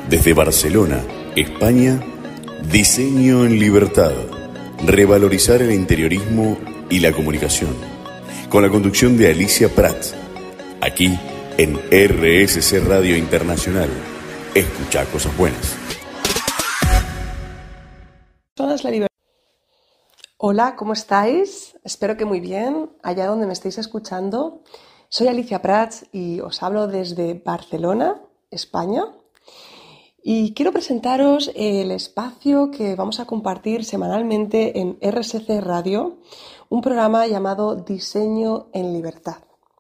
Desde Barcelona, España, Diseño en Libertad. Revalorizar el interiorismo y la comunicación. Con la conducción de Alicia Prat. Aquí en RSC Radio Internacional. Escucha cosas buenas. Hola, ¿cómo estáis? Espero que muy bien, allá donde me estéis escuchando. Soy Alicia Prats y os hablo desde Barcelona, España. Y quiero presentaros el espacio que vamos a compartir semanalmente en RSC Radio, un programa llamado Diseño en Libertad.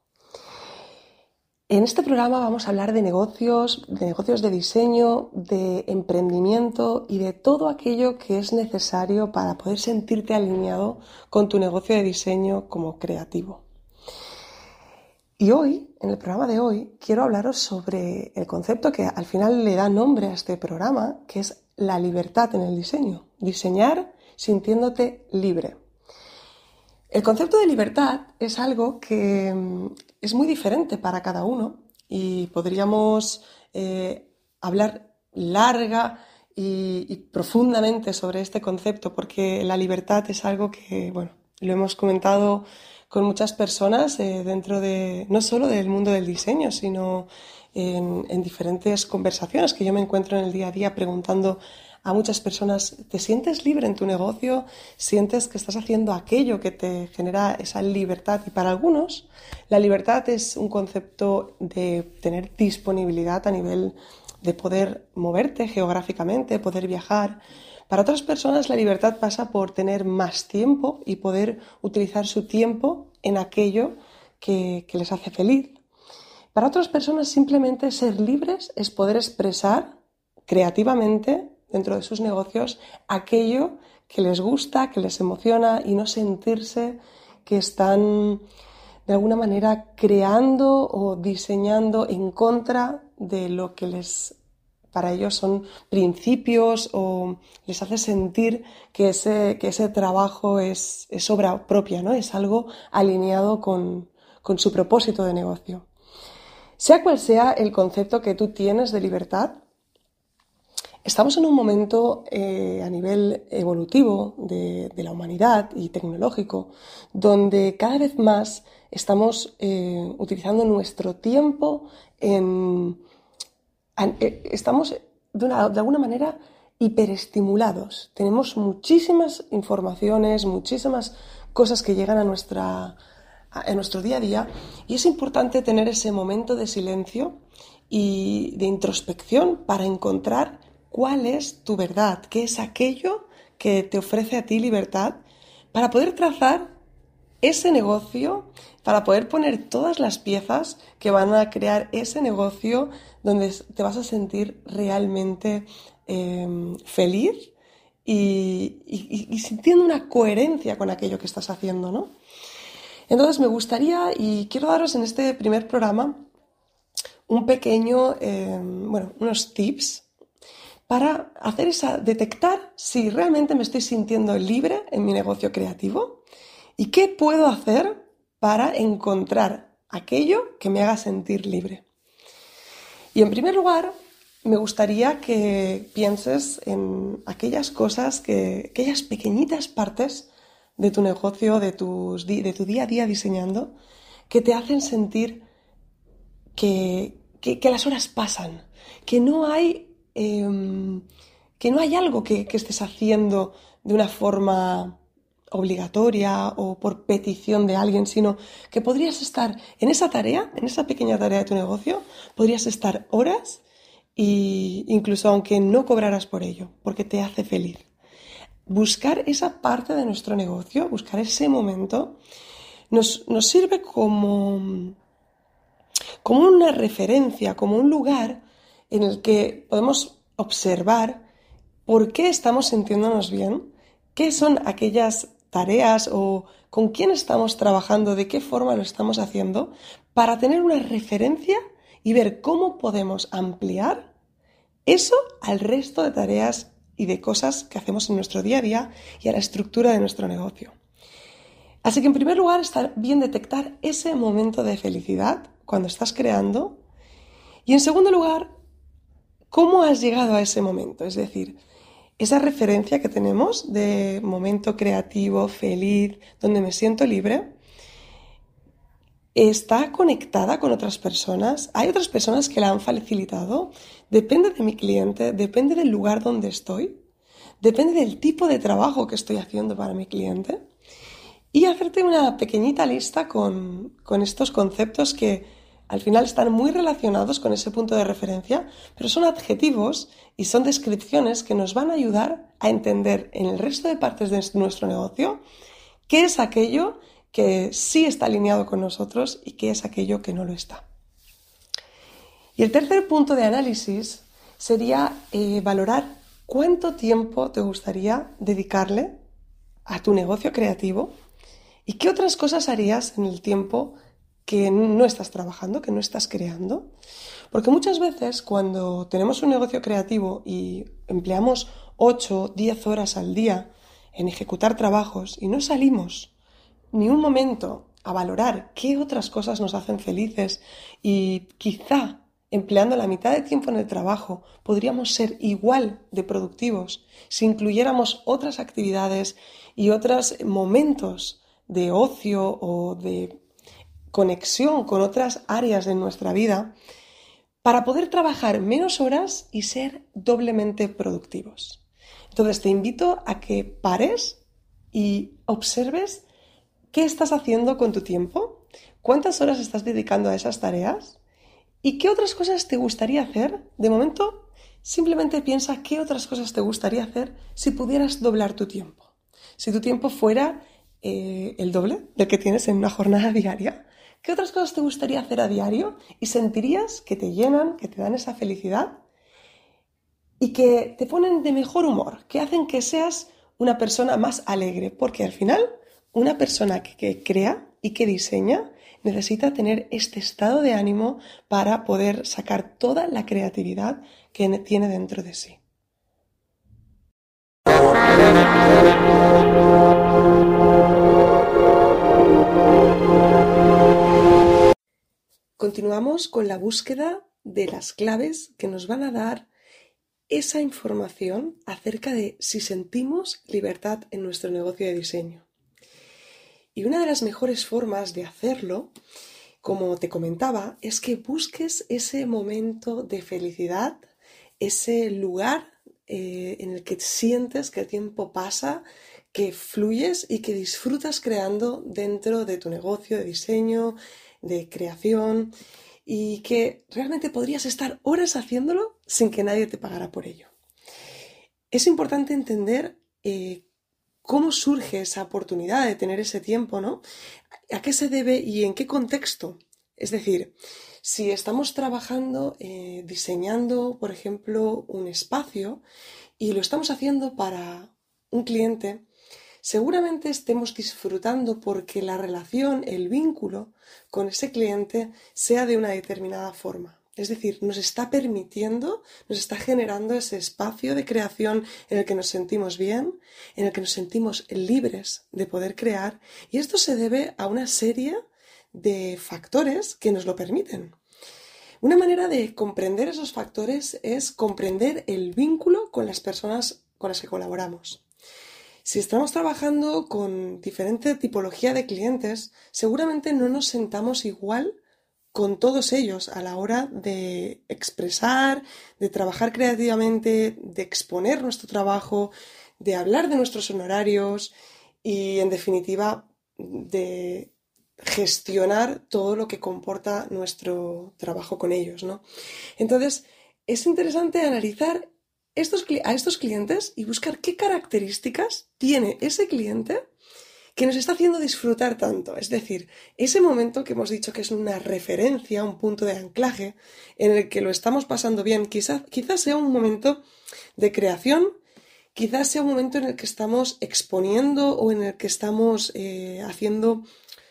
En este programa vamos a hablar de negocios de diseño, de emprendimiento y de todo aquello que es necesario para poder sentirte alineado con tu negocio de diseño como creativo. Y hoy, en el programa de hoy, quiero hablaros sobre el concepto que al final le da nombre a este programa, que es la libertad en el diseño. Diseñar sintiéndote libre. El concepto de libertad es algo que es muy diferente para cada uno y podríamos hablar larga y profundamente sobre este concepto, porque la libertad es algo que, bueno, lo hemos comentado con muchas personas dentro de, no solo del mundo del diseño, sino en diferentes conversaciones que yo me encuentro en el día a día preguntando a muchas personas, ¿te sientes libre en tu negocio? ¿Sientes que estás haciendo aquello que te genera esa libertad? Y para algunos, la libertad es un concepto de tener disponibilidad a nivel de poder moverte geográficamente, poder viajar. Para otras personas, la libertad pasa por tener más tiempo y poder utilizar su tiempo en aquello que les hace feliz. Para otras personas, simplemente ser libres es poder expresar creativamente dentro de sus negocios aquello que les gusta, que les emociona y no sentirse que están de alguna manera creando o diseñando en contra de lo que para ellos son principios o les hace sentir que ese trabajo es obra propia, ¿no? Es algo alineado con su propósito de negocio. Sea cual sea el concepto que tú tienes de libertad, estamos en un momento a nivel evolutivo de la humanidad y tecnológico, donde cada vez más estamos utilizando nuestro tiempo estamos de alguna manera hiperestimulados. Tenemos muchísimas informaciones, muchísimas cosas que llegan en nuestro día a día y es importante tener ese momento de silencio y de introspección para encontrar cuál es tu verdad, qué es aquello que te ofrece a ti libertad para poder trazar ese negocio, para poder poner todas las piezas que van a crear ese negocio donde te vas a sentir realmente feliz y sintiendo una coherencia con aquello que estás haciendo, ¿no? Entonces me gustaría, y quiero daros en este primer programa un pequeño, unos tips para detectar si realmente me estoy sintiendo libre en mi negocio creativo y qué puedo hacer para encontrar aquello que me haga sentir libre. Y en primer lugar, me gustaría que pienses en aquellas cosas, aquellas pequeñitas partes de tu negocio, de tu día a día diseñando, que te hacen sentir que las horas pasan, que no hay algo que estés haciendo de una forma obligatoria o por petición de alguien, sino que podrías estar en esa tarea, en esa pequeña tarea de tu negocio, podrías estar horas e incluso aunque no cobraras por ello, porque te hace feliz. Buscar esa parte de nuestro negocio, buscar ese momento, nos sirve como una referencia, como un lugar en el que podemos observar por qué estamos sintiéndonos bien, qué son aquellas tareas o con quién estamos trabajando, de qué forma lo estamos haciendo, para tener una referencia y ver cómo podemos ampliar eso al resto de tareas y de cosas que hacemos en nuestro día a día y a la estructura de nuestro negocio. Así que en primer lugar está bien detectar ese momento de felicidad cuando estás creando y en segundo lugar ¿Cómo has llegado a ese momento? Es decir, esa referencia que tenemos de momento creativo, feliz, donde me siento libre, ¿está conectada con otras personas? ¿Hay otras personas que la han facilitado? ¿Depende de mi cliente? ¿Depende del lugar donde estoy? ¿Depende del tipo de trabajo que estoy haciendo para mi cliente? Y hacerte una pequeñita lista con estos conceptos que al final están muy relacionados con ese punto de referencia, pero son adjetivos y son descripciones que nos van a ayudar a entender en el resto de partes de nuestro negocio qué es aquello que sí está alineado con nosotros y qué es aquello que no lo está. Y el tercer punto de análisis sería valorar cuánto tiempo te gustaría dedicarle a tu negocio creativo y qué otras cosas harías en el tiempo que no estás trabajando, que no estás creando. Porque muchas veces cuando tenemos un negocio creativo y empleamos 8, 10 horas al día en ejecutar trabajos y no salimos ni un momento a valorar qué otras cosas nos hacen felices y quizá empleando la mitad de tiempo en el trabajo podríamos ser igual de productivos si incluyéramos otras actividades y otros momentos de ocio o de conexión con otras áreas de nuestra vida para poder trabajar menos horas y ser doblemente productivos. Entonces te invito a que pares y observes qué estás haciendo con tu tiempo, cuántas horas estás dedicando a esas tareas y qué otras cosas te gustaría hacer. De momento, simplemente piensa qué otras cosas te gustaría hacer si pudieras doblar tu tiempo. Si tu tiempo fuera el doble del que tienes en una jornada diaria, ¿qué otras cosas te gustaría hacer a diario y sentirías que te llenan, que te dan esa felicidad y que te ponen de mejor humor, que hacen que seas una persona más alegre? Porque al final, una persona que crea y que diseña necesita tener este estado de ánimo para poder sacar toda la creatividad que tiene dentro de sí. Continuamos con la búsqueda de las claves que nos van a dar esa información acerca de si sentimos libertad en nuestro negocio de diseño. Y una de las mejores formas de hacerlo, como te comentaba, es que busques ese momento de felicidad, ese lugar en el que sientes que el tiempo pasa, que fluyes y que disfrutas creando dentro de tu negocio de diseño, de creación, y que realmente podrías estar horas haciéndolo sin que nadie te pagara por ello. Es importante entender cómo surge esa oportunidad de tener ese tiempo, ¿no? ¿A qué se debe y en qué contexto? Es decir, si estamos trabajando, diseñando, por ejemplo, un espacio y lo estamos haciendo para un cliente, seguramente estemos disfrutando porque la relación, el vínculo con ese cliente sea de una determinada forma. Es decir, nos está permitiendo, nos está generando ese espacio de creación en el que nos sentimos bien, en el que nos sentimos libres de poder crear, y esto se debe a una serie de factores que nos lo permiten. Una manera de comprender esos factores es comprender el vínculo con las personas con las que colaboramos. Si estamos trabajando con diferente tipología de clientes, seguramente no nos sentamos igual con todos ellos a la hora de expresar, de trabajar creativamente, de exponer nuestro trabajo, de hablar de nuestros honorarios y, en definitiva, de gestionar todo lo que comporta nuestro trabajo con ellos, ¿no? Entonces, es interesante analizar a estos clientes y buscar qué características tiene ese cliente que nos está haciendo disfrutar tanto. Es decir, ese momento que hemos dicho que es una referencia, un punto de anclaje en el que lo estamos pasando bien, quizás sea un momento de creación, quizás sea un momento en el que estamos exponiendo o en el que estamos haciendo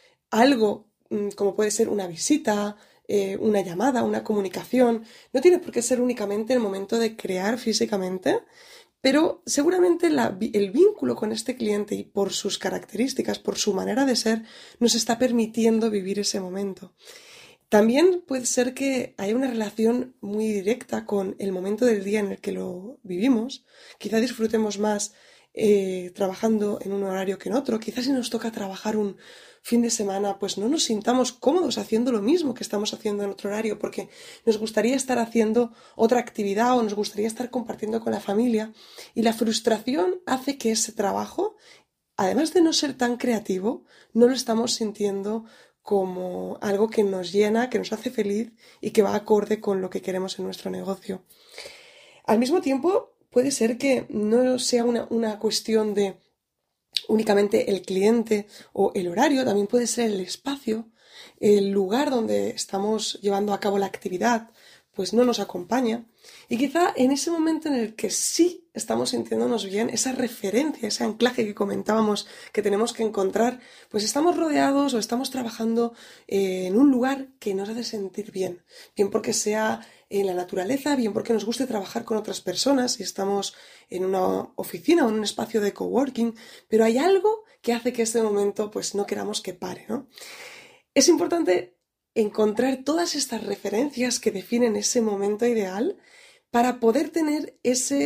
algo como puede ser una visita, una llamada, una comunicación. No tiene por qué ser únicamente el momento de crear físicamente, pero seguramente el vínculo con este cliente y por sus características, por su manera de ser, nos está permitiendo vivir ese momento. También puede ser que haya una relación muy directa con el momento del día en el que lo vivimos. Quizá disfrutemos más trabajando en un horario que en otro. Quizás si nos toca trabajar un fin de semana, pues no nos sintamos cómodos haciendo lo mismo que estamos haciendo en otro horario, porque nos gustaría estar haciendo otra actividad o nos gustaría estar compartiendo con la familia. Y la frustración hace que ese trabajo, además de no ser tan creativo, no lo estamos sintiendo como algo que nos llena, que nos hace feliz y que va acorde con lo que queremos en nuestro negocio. Al mismo tiempo, puede ser que no sea una cuestión de únicamente el cliente o el horario, también puede ser el espacio, el lugar donde estamos llevando a cabo la actividad, pues no nos acompaña. Y quizá en ese momento en el que sí estamos sintiéndonos bien, esa referencia, ese anclaje que comentábamos que tenemos que encontrar, pues estamos rodeados o estamos trabajando en un lugar que nos hace sentir bien. Bien porque sea en la naturaleza, bien porque nos guste trabajar con otras personas, si estamos en una oficina o en un espacio de coworking, pero hay algo que hace que este momento pues no queramos que pare, ¿no? Es importante encontrar todas estas referencias que definen ese momento ideal para poder tener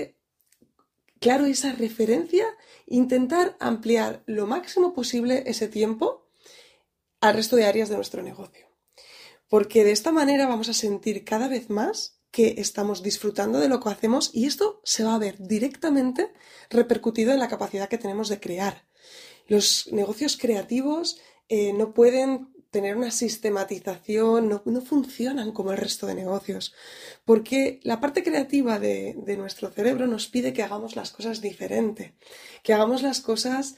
esa referencia, intentar ampliar lo máximo posible ese tiempo al resto de áreas de nuestro negocio. Porque de esta manera vamos a sentir cada vez más que estamos disfrutando de lo que hacemos y esto se va a ver directamente repercutido en la capacidad que tenemos de crear. Los negocios creativos no pueden tener una sistematización, no funcionan como el resto de negocios, porque la parte creativa de nuestro cerebro nos pide que hagamos las cosas diferente, que hagamos las cosas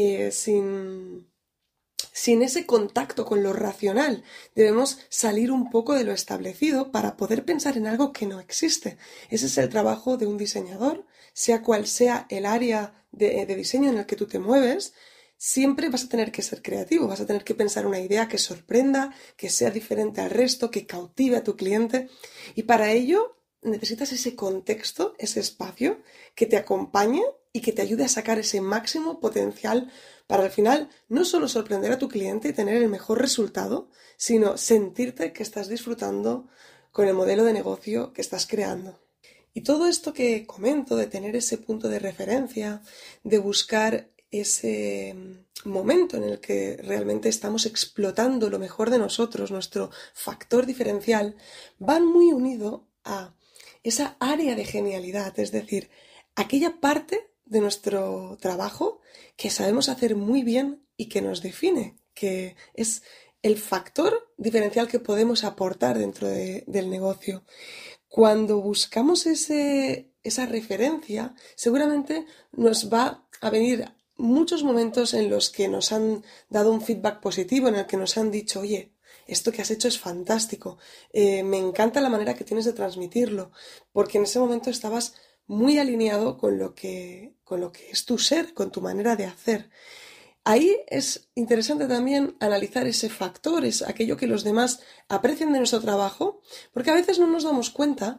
sin ese contacto con lo racional. Debemos salir un poco de lo establecido para poder pensar en algo que no existe. Ese es el trabajo de un diseñador, sea cual sea el área de diseño en el que tú te mueves. Siempre vas a tener que ser creativo, vas a tener que pensar una idea que sorprenda, que sea diferente al resto, que cautive a tu cliente. Y para ello necesitas ese contexto, ese espacio que te acompañe y que te ayude a sacar ese máximo potencial para al final no solo sorprender a tu cliente y tener el mejor resultado, sino sentirte que estás disfrutando con el modelo de negocio que estás creando. Y todo esto que comento de tener ese punto de referencia, de buscar ese momento en el que realmente estamos explotando lo mejor de nosotros, nuestro factor diferencial, van muy unido a esa área de genialidad, es decir, aquella parte de nuestro trabajo que sabemos hacer muy bien y que nos define, que es el factor diferencial que podemos aportar dentro del negocio. Cuando buscamos esa referencia, seguramente nos va a venir muchos momentos en los que nos han dado un feedback positivo, en el que nos han dicho, oye, esto que has hecho es fantástico, me encanta la manera que tienes de transmitirlo, porque en ese momento estabas muy alineado con lo que es tu ser, con tu manera de hacer. Ahí es interesante también analizar ese factor, es aquello que los demás aprecian de nuestro trabajo, porque a veces no nos damos cuenta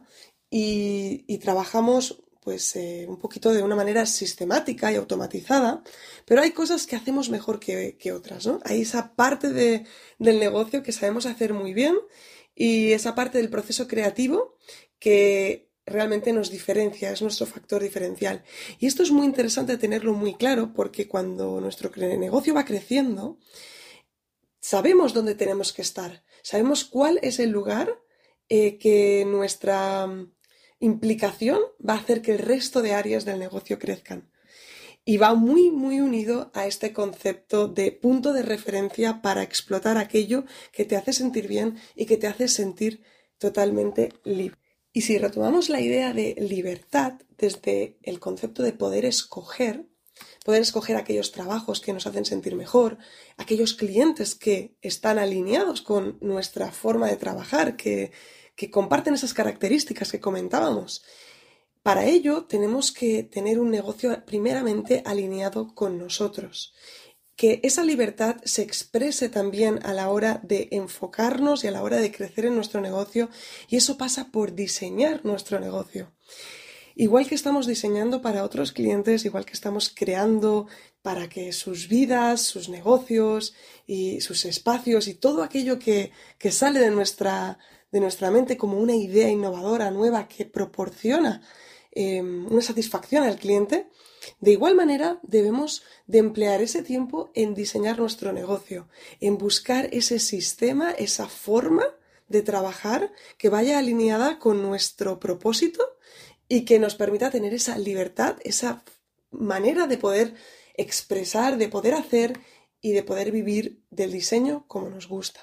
y trabajamos pues un poquito de una manera sistemática y automatizada, pero hay cosas que hacemos mejor que otras, ¿no? Hay esa parte del negocio que sabemos hacer muy bien y esa parte del proceso creativo que realmente nos diferencia, es nuestro factor diferencial. Y esto es muy interesante tenerlo muy claro porque cuando nuestro negocio va creciendo, sabemos dónde tenemos que estar, sabemos cuál es el lugar que nuestra implicación va a hacer que el resto de áreas del negocio crezcan. Y va muy, muy unido a este concepto de punto de referencia para explotar aquello que te hace sentir bien y que te hace sentir totalmente libre. Y si retomamos la idea de libertad desde el concepto de poder escoger aquellos trabajos que nos hacen sentir mejor, aquellos clientes que están alineados con nuestra forma de trabajar, que comparten esas características que comentábamos. Para ello tenemos que tener un negocio primeramente alineado con nosotros. Que esa libertad se exprese también a la hora de enfocarnos y a la hora de crecer en nuestro negocio, y eso pasa por diseñar nuestro negocio. Igual que estamos diseñando para otros clientes, igual que estamos creando para que sus vidas, sus negocios y sus espacios y todo aquello que sale de nuestra mente como una idea innovadora, nueva, que proporciona una satisfacción al cliente, de igual manera debemos de emplear ese tiempo en diseñar nuestro negocio, en buscar ese sistema, esa forma de trabajar que vaya alineada con nuestro propósito y que nos permita tener esa libertad, esa manera de poder expresar, de poder hacer y de poder vivir del diseño como nos gusta.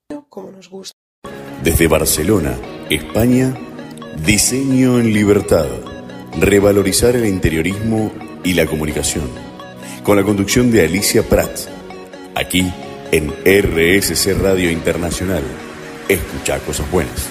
Desde Barcelona, España, Diseño en Libertad. Revalorizar el interiorismo y la comunicación. Con la conducción de Alicia Prats. Aquí en RSC Radio Internacional. Escucha cosas buenas.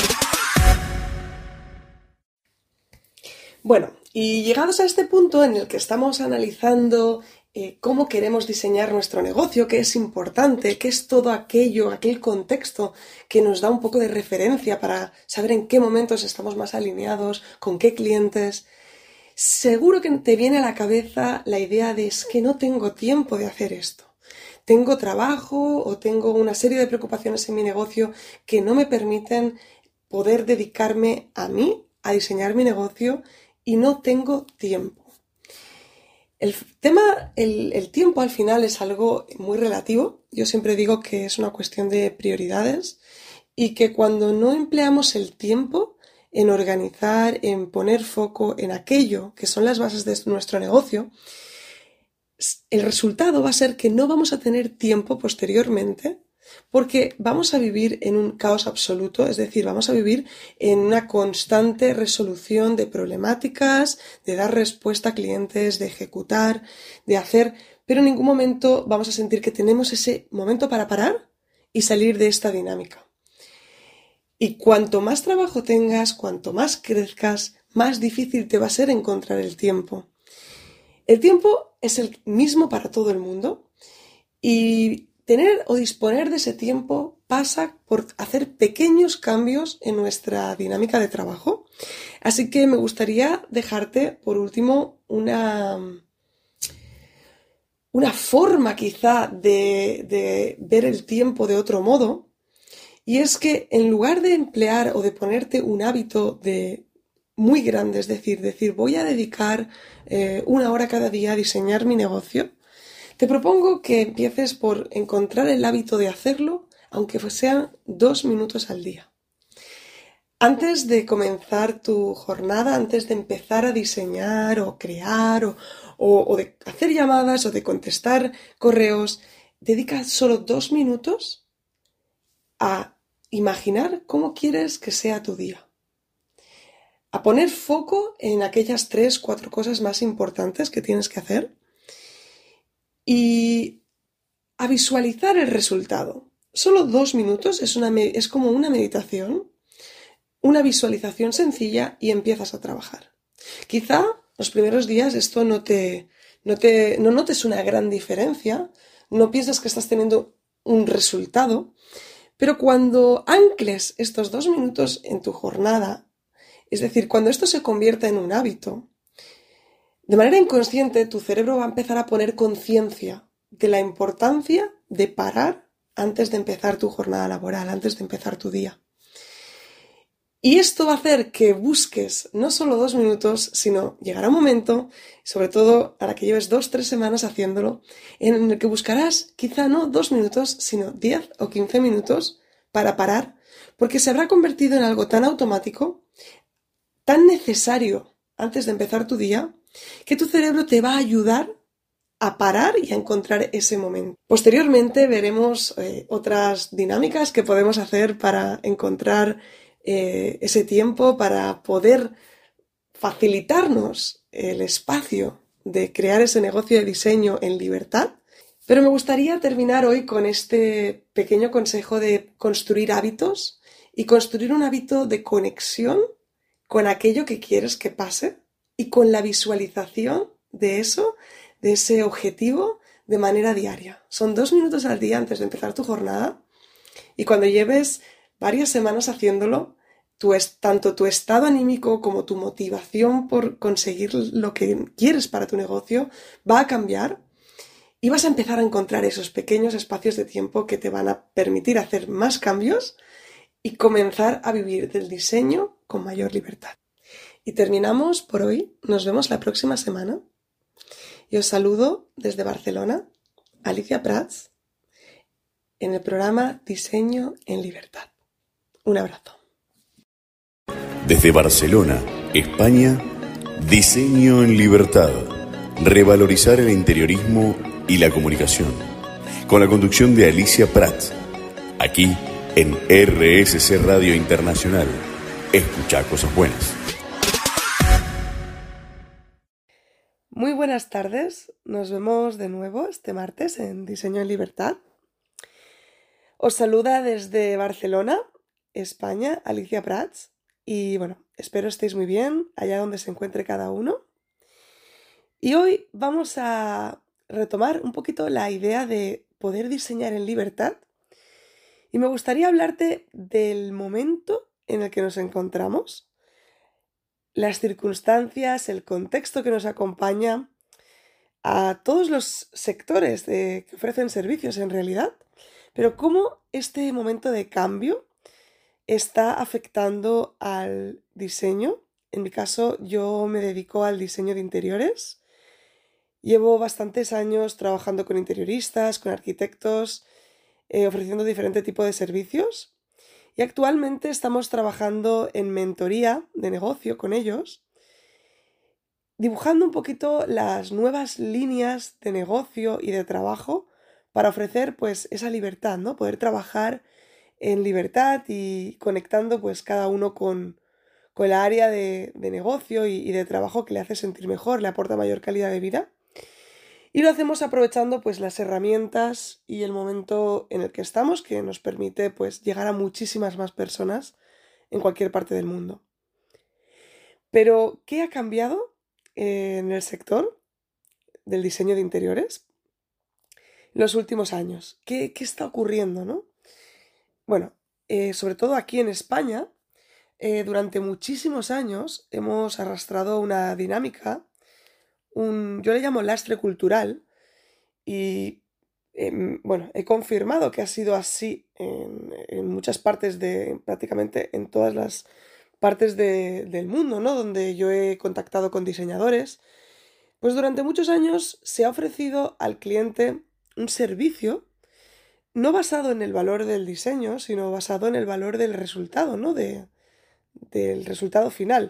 Bueno, y llegados a este punto en el que estamos analizando cómo queremos diseñar nuestro negocio, qué es importante, qué es todo aquel contexto que nos da un poco de referencia para saber en qué momentos estamos más alineados, con qué clientes, seguro que te viene a la cabeza la idea de es que no tengo tiempo de hacer esto. Tengo trabajo o tengo una serie de preocupaciones en mi negocio que no me permiten poder dedicarme a mí, a diseñar mi negocio, y no tengo tiempo. El tiempo al final es algo muy relativo. Yo siempre digo que es una cuestión de prioridades y que cuando no empleamos el tiempo en organizar, en poner foco en aquello que son las bases de nuestro negocio, el resultado va a ser que no vamos a tener tiempo posteriormente porque vamos a vivir en un caos absoluto, es decir, vamos a vivir en una constante resolución de problemáticas, de dar respuesta a clientes, de ejecutar, de hacer, pero en ningún momento vamos a sentir que tenemos ese momento para parar y salir de esta dinámica. Y cuanto más trabajo tengas, cuanto más crezcas, más difícil te va a ser encontrar el tiempo. El tiempo es el mismo para todo el mundo y tener o disponer de ese tiempo pasa por hacer pequeños cambios en nuestra dinámica de trabajo. Así que me gustaría dejarte, por último, una forma quizá de ver el tiempo de otro modo. Y es que en lugar de emplear o de ponerte un hábito muy grande, es decir, voy a dedicar 1 hora cada día a diseñar mi negocio, te propongo que empieces por encontrar el hábito de hacerlo, aunque sean 2 minutos al día. Antes de comenzar tu jornada, antes de empezar a diseñar o crear o de hacer llamadas o de contestar correos, dedica solo 2 minutos a imaginar cómo quieres que sea tu día. A poner foco en aquellas 3-4 cosas más importantes que tienes que hacer y a visualizar el resultado. Solo 2 minutos es como una meditación, una visualización sencilla y empiezas a trabajar. Quizá los primeros días esto no notes una gran diferencia, no piensas que estás teniendo un resultado, pero cuando ancles estos 2 minutos en tu jornada, es decir, cuando esto se convierta en un hábito, de manera inconsciente tu cerebro va a empezar a poner conciencia de la importancia de parar antes de empezar tu jornada laboral, antes de empezar tu día. Y esto va a hacer que busques no solo 2 minutos, sino llegará un momento, sobre todo a la que lleves 2-3 semanas haciéndolo, en el que buscarás quizá no 2 minutos, sino 10 o 15 minutos para parar, porque se habrá convertido en algo tan automático, tan necesario antes de empezar tu día, que tu cerebro te va a ayudar a parar y a encontrar ese momento. Posteriormente veremos otras dinámicas que podemos hacer para encontrar ese tiempo, para poder facilitarnos el espacio de crear ese negocio de diseño en libertad. Pero me gustaría terminar hoy con este pequeño consejo de construir hábitos y construir un hábito de conexión con aquello que quieres que pase y con la visualización de eso, de ese objetivo de manera diaria. Son 2 minutos al día antes de empezar tu jornada y cuando lleves varias semanas haciéndolo, tanto tu estado anímico como tu motivación por conseguir lo que quieres para tu negocio va a cambiar y vas a empezar a encontrar esos pequeños espacios de tiempo que te van a permitir hacer más cambios y comenzar a vivir del diseño con mayor libertad. Y terminamos por hoy. Nos vemos la próxima semana. Y os saludo desde Barcelona, Alicia Prats, en el programa Diseño en Libertad. Un abrazo. Desde Barcelona, España, Diseño en Libertad. Revalorizar el interiorismo y la comunicación. Con la conducción de Alicia Prats. Aquí en RSC Radio Internacional. Escucha cosas buenas. Muy buenas tardes. Nos vemos de nuevo este martes en Diseño en Libertad. Os saluda desde Barcelona, España, Alicia Prats. Y bueno, espero estéis muy bien allá donde se encuentre cada uno. Y hoy vamos a retomar un poquito la idea de poder diseñar en libertad. Y me gustaría hablarte del momento en el que nos encontramos, las circunstancias, el contexto que nos acompaña a todos los sectores que ofrecen servicios en realidad, pero cómo este momento de cambio está afectando al diseño. En mi caso, yo me dedico al diseño de interiores. Llevo bastantes años trabajando con interioristas, con arquitectos, ofreciendo diferente tipo de servicios. Y actualmente estamos trabajando en mentoría de negocio con ellos, dibujando un poquito las nuevas líneas de negocio y de trabajo para ofrecer pues esa libertad, ¿no? Poder trabajar en libertad y conectando pues cada uno con el área de negocio y de trabajo que le hace sentir mejor, le aporta mayor calidad de vida. Y lo hacemos aprovechando pues las herramientas y el momento en el que estamos, que nos permite pues llegar a muchísimas más personas en cualquier parte del mundo. Pero, ¿qué ha cambiado en el sector del diseño de interiores en los últimos años? ¿Qué está ocurriendo, no? Bueno, sobre todo aquí en España, durante muchísimos años hemos arrastrado una dinámica, yo le llamo lastre cultural, y bueno, he confirmado que ha sido así en muchas partes prácticamente en todas las partes del mundo, ¿no? Donde yo he contactado con diseñadores. Pues durante muchos años se ha ofrecido al cliente un servicio no basado en el valor del diseño, sino basado en el valor del resultado, ¿no? Del resultado final.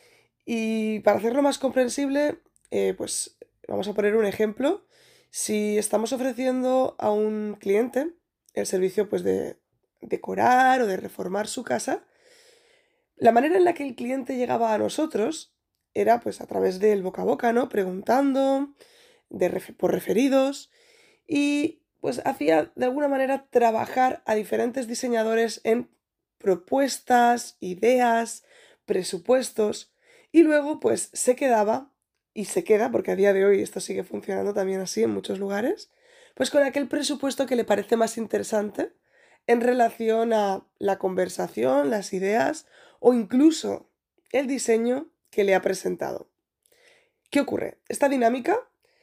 Y para hacerlo más comprensible, pues vamos a poner un ejemplo. Si estamos ofreciendo a un cliente el servicio pues, de decorar o de reformar su casa, la manera en la que el cliente llegaba a nosotros era pues, a través del boca a boca, ¿no? Preguntando por referidos y pues hacía de alguna manera trabajar a diferentes diseñadores en propuestas, ideas, presupuestos y luego pues se quedaba y se queda, porque a día de hoy esto sigue funcionando también así en muchos lugares, pues con aquel presupuesto que le parece más interesante en relación a la conversación, las ideas o incluso el diseño que le ha presentado. ¿Qué ocurre? Esta dinámica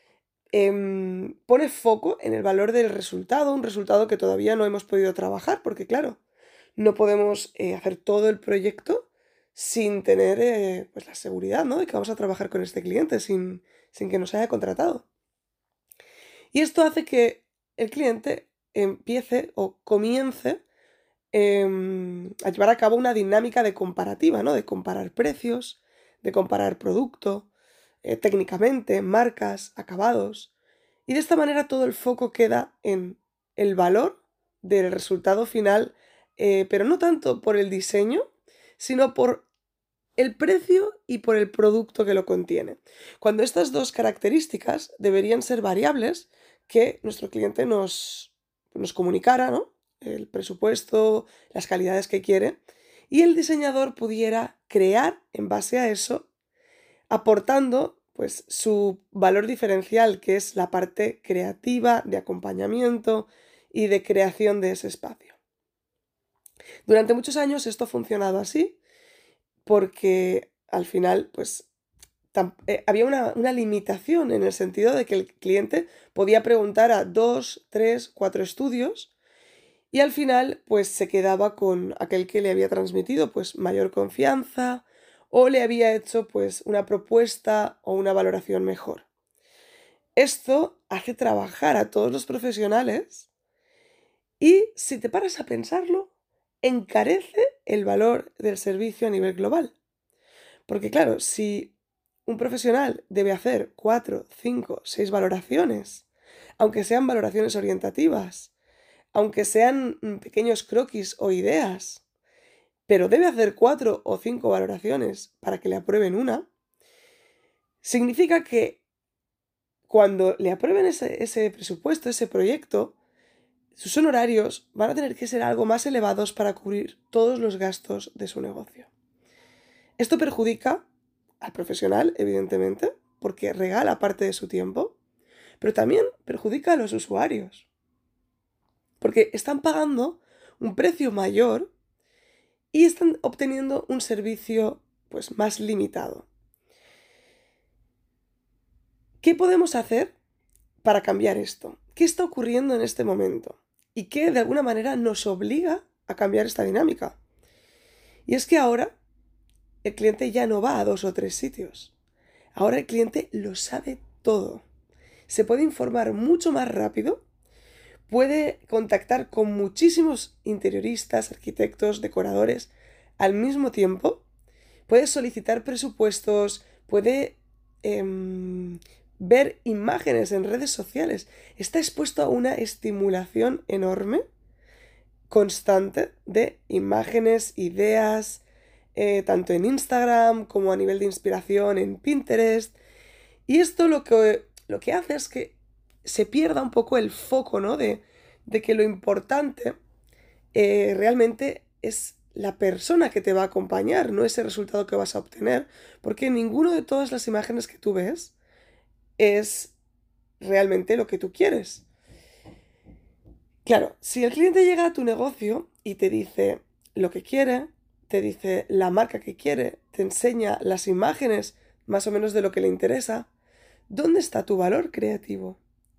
pone foco en el valor del resultado, un resultado que todavía no hemos podido trabajar, porque claro, no podemos hacer todo el proyecto sin tener pues la seguridad, ¿no? De que vamos a trabajar con este cliente sin que nos haya contratado. Y esto hace que el cliente empiece o comience a llevar a cabo una dinámica de comparativa, ¿no? De comparar precios, de comparar producto, técnicamente, marcas, acabados. Y de esta manera todo el foco queda en el valor del resultado final, pero no tanto por el diseño, sino por el precio y por el producto que lo contiene. Cuando estas dos características deberían ser variables que nuestro cliente nos comunicara, ¿no? El presupuesto, las calidades que quiere, y el diseñador pudiera crear en base a eso, aportando pues su valor diferencial, que es la parte creativa, de acompañamiento y de creación de ese espacio. Durante muchos años esto ha funcionado así porque al final, pues, había una limitación en el sentido de que el cliente podía preguntar a 2, 3, 4 estudios y al final, pues, se quedaba con aquel que le había transmitido, pues, mayor confianza o le había hecho, pues, una propuesta o una valoración mejor. Esto hace trabajar a todos los profesionales y, si te paras a pensarlo, encarece el valor del servicio a nivel global. Porque claro, si un profesional debe hacer 4, 5, 6 valoraciones, aunque sean valoraciones orientativas, aunque sean pequeños croquis o ideas, pero debe hacer 4 o 5 valoraciones para que le aprueben una, significa que cuando le aprueben ese presupuesto, ese proyecto, sus honorarios van a tener que ser algo más elevados para cubrir todos los gastos de su negocio. Esto perjudica al profesional, evidentemente, porque regala parte de su tiempo, pero también perjudica a los usuarios, porque están pagando un precio mayor y están obteniendo un servicio, pues, más limitado. ¿Qué podemos hacer para cambiar esto? ¿Qué está ocurriendo en este momento? Y qué de alguna manera nos obliga a cambiar esta dinámica. Y es que ahora el cliente ya no va a 2 o 3 sitios. Ahora el cliente lo sabe todo. Se puede informar mucho más rápido, puede contactar con muchísimos interioristas, arquitectos, decoradores al mismo tiempo, puede solicitar presupuestos, puede ver imágenes en redes sociales. Está expuesto a una estimulación enorme, constante, de imágenes, ideas, tanto en Instagram como a nivel de inspiración en Pinterest. Y esto lo que hace es que se pierda un poco el foco, ¿no? De que lo importante realmente es la persona que te va a acompañar, no ese resultado que vas a obtener, porque ninguno de todas las imágenes que tú ves es realmente lo que tú quieres. Claro, si el cliente llega a tu negocio y te dice lo que quiere, te dice la marca que quiere, te enseña las imágenes más o menos de lo que le interesa, ¿dónde está tu valor creativo?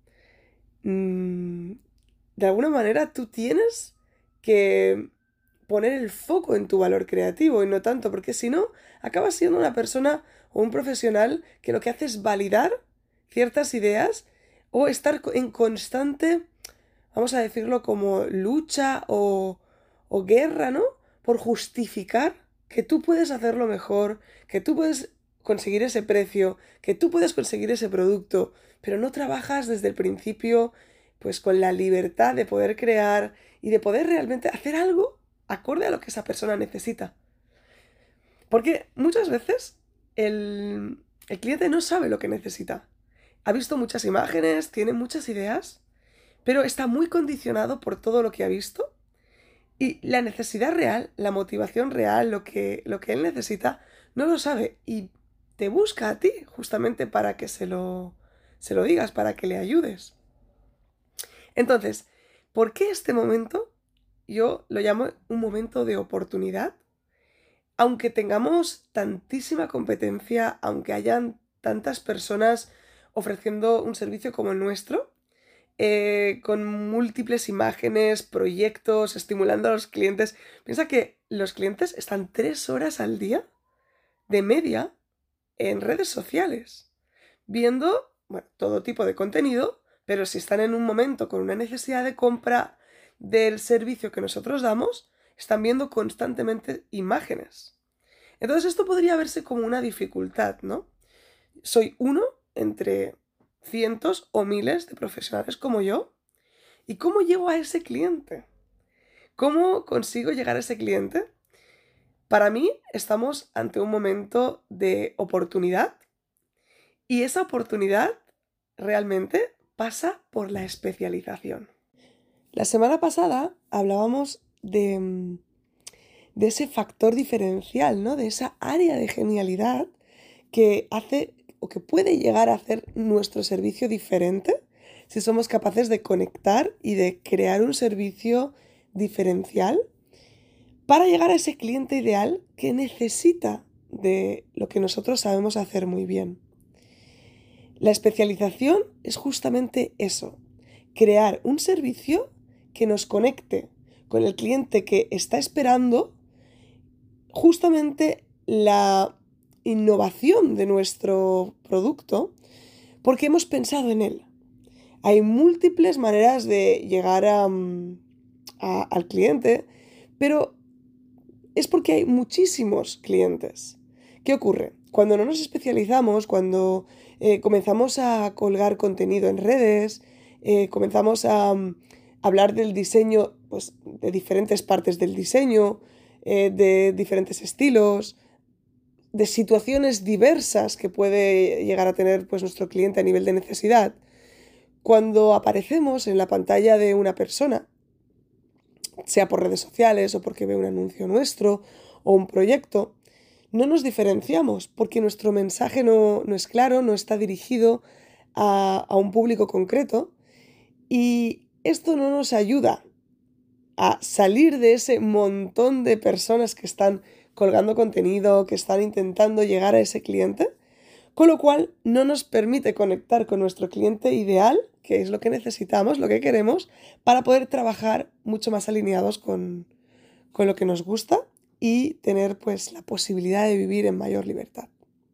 De alguna manera tú tienes que poner el foco en tu valor creativo y no tanto, porque si no, acabas siendo una persona o un profesional que lo que hace es validar ciertas ideas o estar en constante, vamos a decirlo como lucha o guerra, ¿no? Por justificar que tú puedes hacerlo mejor, que tú puedes conseguir ese precio, que tú puedes conseguir ese producto, pero no trabajas desde el principio, pues con la libertad de poder crear y de poder realmente hacer algo acorde a lo que esa persona necesita. Porque muchas veces el cliente no sabe lo que necesita. Ha visto muchas imágenes, tiene muchas ideas, pero está muy condicionado por todo lo que ha visto y la necesidad real, la motivación real, lo que él necesita, no lo sabe y te busca a ti justamente para que se lo digas, para que le ayudes. Entonces, ¿por qué este momento yo lo llamo un momento de oportunidad? Aunque tengamos tantísima competencia, aunque hayan tantas personas ofreciendo un servicio como el nuestro, con múltiples imágenes, proyectos, estimulando a los clientes. Piensa que los clientes están 3 horas al día, de media, en redes sociales, viendo, bueno, todo tipo de contenido, pero si están en un momento con una necesidad de compra del servicio que nosotros damos, están viendo constantemente imágenes. Entonces esto podría verse como una dificultad, ¿no? Soy uno entre cientos o miles de profesionales como yo. ¿Y cómo llego a ese cliente? ¿Cómo consigo llegar a ese cliente? Para mí estamos ante un momento de oportunidad y esa oportunidad realmente pasa por la especialización. La semana pasada hablábamos de ese factor diferencial, ¿no? De esa área de genialidad que hace o que puede llegar a hacer nuestro servicio diferente si somos capaces de conectar y de crear un servicio diferencial para llegar a ese cliente ideal que necesita de lo que nosotros sabemos hacer muy bien. La especialización es justamente eso, crear un servicio que nos conecte con el cliente que está esperando justamente la innovación de nuestro producto porque hemos pensado en él. Hay múltiples maneras de llegar al cliente, pero es porque hay muchísimos clientes. ¿Qué ocurre? Cuando no nos especializamos, cuando comenzamos a colgar contenido en redes, comenzamos a hablar del diseño, pues, de diferentes partes del diseño, de diferentes estilos, de situaciones diversas que puede llegar a tener, pues, nuestro cliente a nivel de necesidad. Cuando aparecemos en la pantalla de una persona, sea por redes sociales o porque ve un anuncio nuestro o un proyecto, no nos diferenciamos porque nuestro mensaje no es claro, no está dirigido a un público concreto y esto no nos ayuda a salir de ese montón de personas que están colgando contenido, que están intentando llegar a ese cliente, con lo cual no nos permite conectar con nuestro cliente ideal, que es lo que necesitamos, lo que queremos, para poder trabajar mucho más alineados con lo que nos gusta y tener, pues, la posibilidad de vivir en mayor libertad.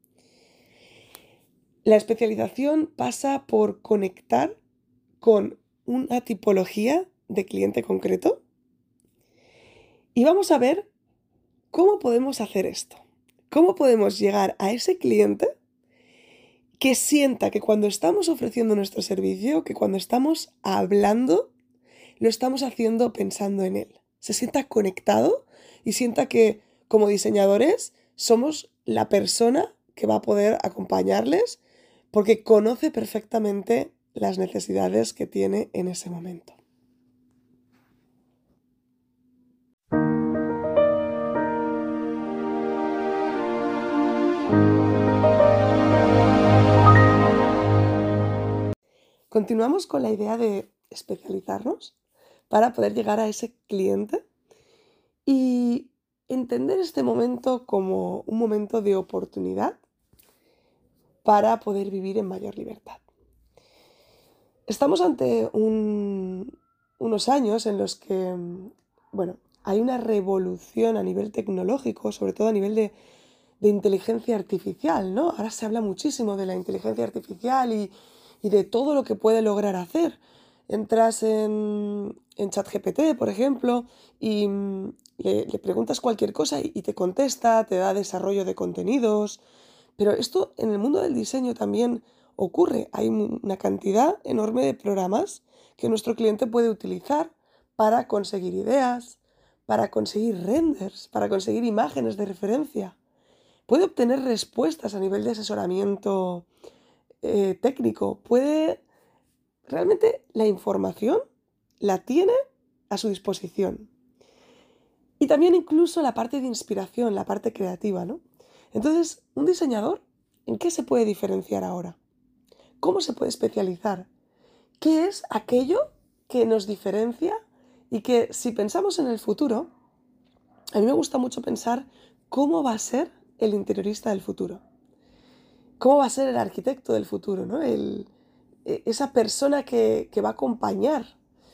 La especialización pasa por conectar con una tipología de cliente concreto y vamos a ver cómo podemos hacer esto. ¿Cómo podemos llegar a ese cliente que sienta que cuando estamos ofreciendo nuestro servicio, que cuando estamos hablando, lo estamos haciendo pensando en él? Se sienta conectado y sienta que como diseñadores somos la persona que va a poder acompañarles porque conoce perfectamente las necesidades que tiene en ese momento. Continuamos con la idea de especializarnos para poder llegar a ese cliente y entender este momento como un momento de oportunidad para poder vivir en mayor libertad. Estamos ante unos años en los que, hay una revolución a nivel tecnológico, sobre todo a nivel de inteligencia artificial, ¿no? Ahora se habla muchísimo de la inteligencia artificial y de todo lo que puede lograr hacer. Entras en ChatGPT, por ejemplo, y le preguntas cualquier cosa y te contesta, te da desarrollo de contenidos. Pero esto en el mundo del diseño también ocurre. Hay una cantidad enorme de programas que nuestro cliente puede utilizar para conseguir ideas, para conseguir renders, para conseguir imágenes de referencia. Puede obtener respuestas a nivel de asesoramiento técnico. Realmente la información la tiene a su disposición. Y también incluso la parte de inspiración, la parte creativa, ¿no? Entonces, un diseñador, ¿en qué se puede diferenciar ahora? ¿Cómo se puede especializar? ¿Qué es aquello que nos diferencia y que, si pensamos en el futuro, a mí me gusta mucho pensar cómo va a ser el interiorista del futuro? ¿Cómo va a ser el arquitecto del futuro, ¿no? Esa persona que va a acompañar?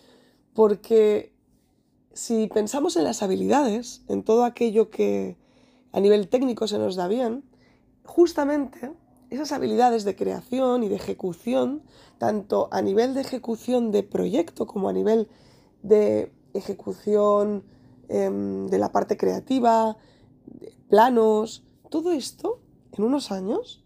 Porque si pensamos en las habilidades, en todo aquello que a nivel técnico se nos da bien, justamente esas habilidades de creación y de ejecución, tanto a nivel de ejecución de proyecto como a nivel de ejecución de la parte creativa, de planos, todo esto en unos años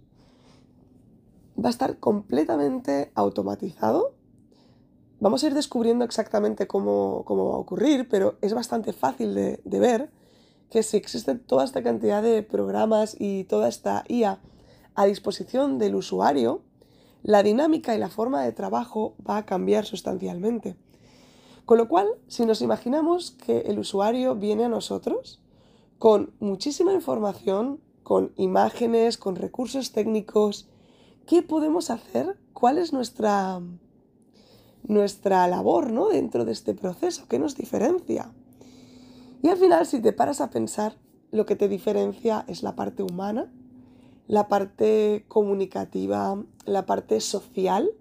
va a estar completamente automatizado. Vamos a ir descubriendo exactamente cómo va a ocurrir, pero es bastante fácil de ver que si existe toda esta cantidad de programas y toda esta IA a disposición del usuario, la dinámica y la forma de trabajo va a cambiar sustancialmente. Con lo cual, si nos imaginamos que el usuario viene a nosotros con muchísima información, con imágenes, con recursos técnicos, ¿qué podemos hacer? ¿Cuál es nuestra labor, ¿no? Dentro de este proceso? ¿Qué nos diferencia? Y al final, si te paras a pensar, lo que te diferencia es la parte humana, la parte comunicativa, la parte social.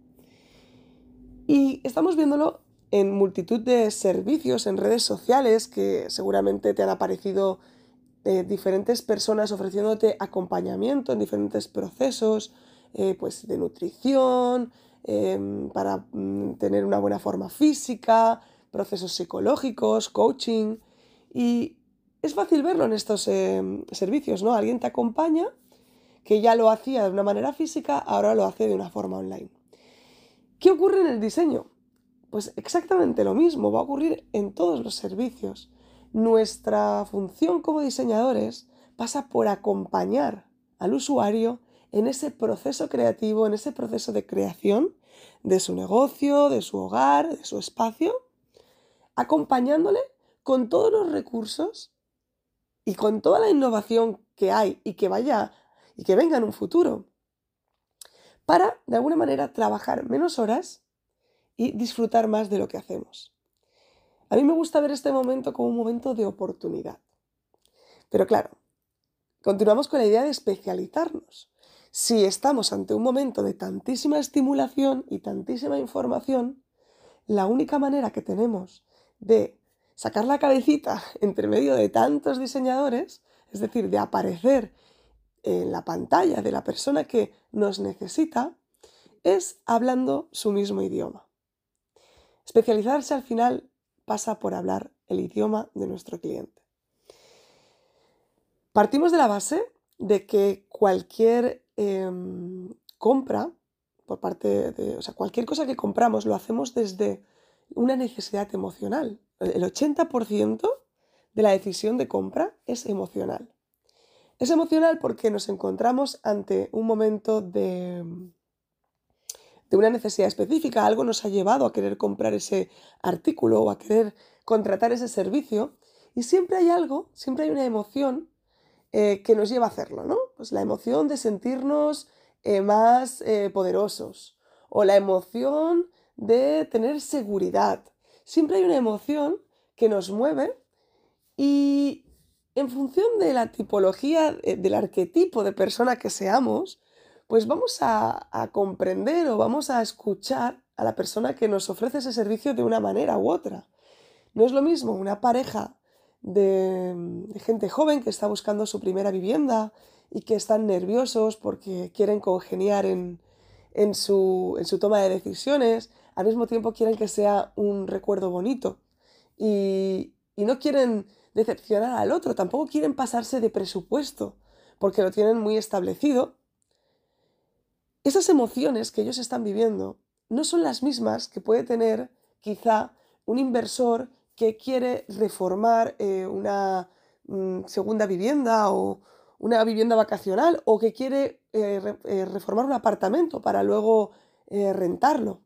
Y estamos viéndolo en multitud de servicios en redes sociales que seguramente te han aparecido diferentes personas ofreciéndote acompañamiento en diferentes procesos, pues de nutrición, para tener una buena forma física, procesos psicológicos, coaching. Y es fácil verlo en estos servicios, ¿no? Alguien te acompaña que ya lo hacía de una manera física, ahora lo hace de una forma online. ¿Qué ocurre en el diseño? Pues exactamente lo mismo, va a ocurrir en todos los servicios. Nuestra función como diseñadores pasa por acompañar al usuario en ese proceso creativo, en ese proceso de creación de su negocio, de su hogar, de su espacio, acompañándole con todos los recursos y con toda la innovación que hay y que venga en un futuro, para de alguna manera trabajar menos horas y disfrutar más de lo que hacemos. A mí me gusta ver este momento como un momento de oportunidad. Pero claro, continuamos con la idea de especializarnos. Si estamos ante un momento de tantísima estimulación y tantísima información, la única manera que tenemos de sacar la cabecita entre medio de tantos diseñadores, es decir, de aparecer en la pantalla de la persona que nos necesita, es hablando su mismo idioma. Especializarse al final pasa por hablar el idioma de nuestro cliente. Partimos de la base de que cualquier compra, cualquier cosa que compramos lo hacemos desde una necesidad emocional. El 80% de la decisión de compra es emocional. Es emocional porque nos encontramos ante un momento de una necesidad específica, algo nos ha llevado a querer comprar ese artículo o a querer contratar ese servicio, y siempre hay una emoción que nos lleva a hacerlo, ¿no? Pues la emoción de sentirnos más poderosos, o la emoción de tener seguridad. Siempre hay una emoción que nos mueve, y en función de la tipología, del arquetipo de persona que seamos, pues vamos a comprender o vamos a escuchar a la persona que nos ofrece ese servicio de una manera u otra. No es lo mismo una pareja de gente joven que está buscando su primera vivienda y que están nerviosos porque quieren congeniar en su toma de decisiones, al mismo tiempo quieren que sea un recuerdo bonito y no quieren decepcionar al otro, tampoco quieren pasarse de presupuesto porque lo tienen muy establecido. Esas emociones que ellos están viviendo no son las mismas que puede tener quizá un inversor que quiere reformar una segunda vivienda o una vivienda vacacional, o que quiere reformar un apartamento para luego rentarlo.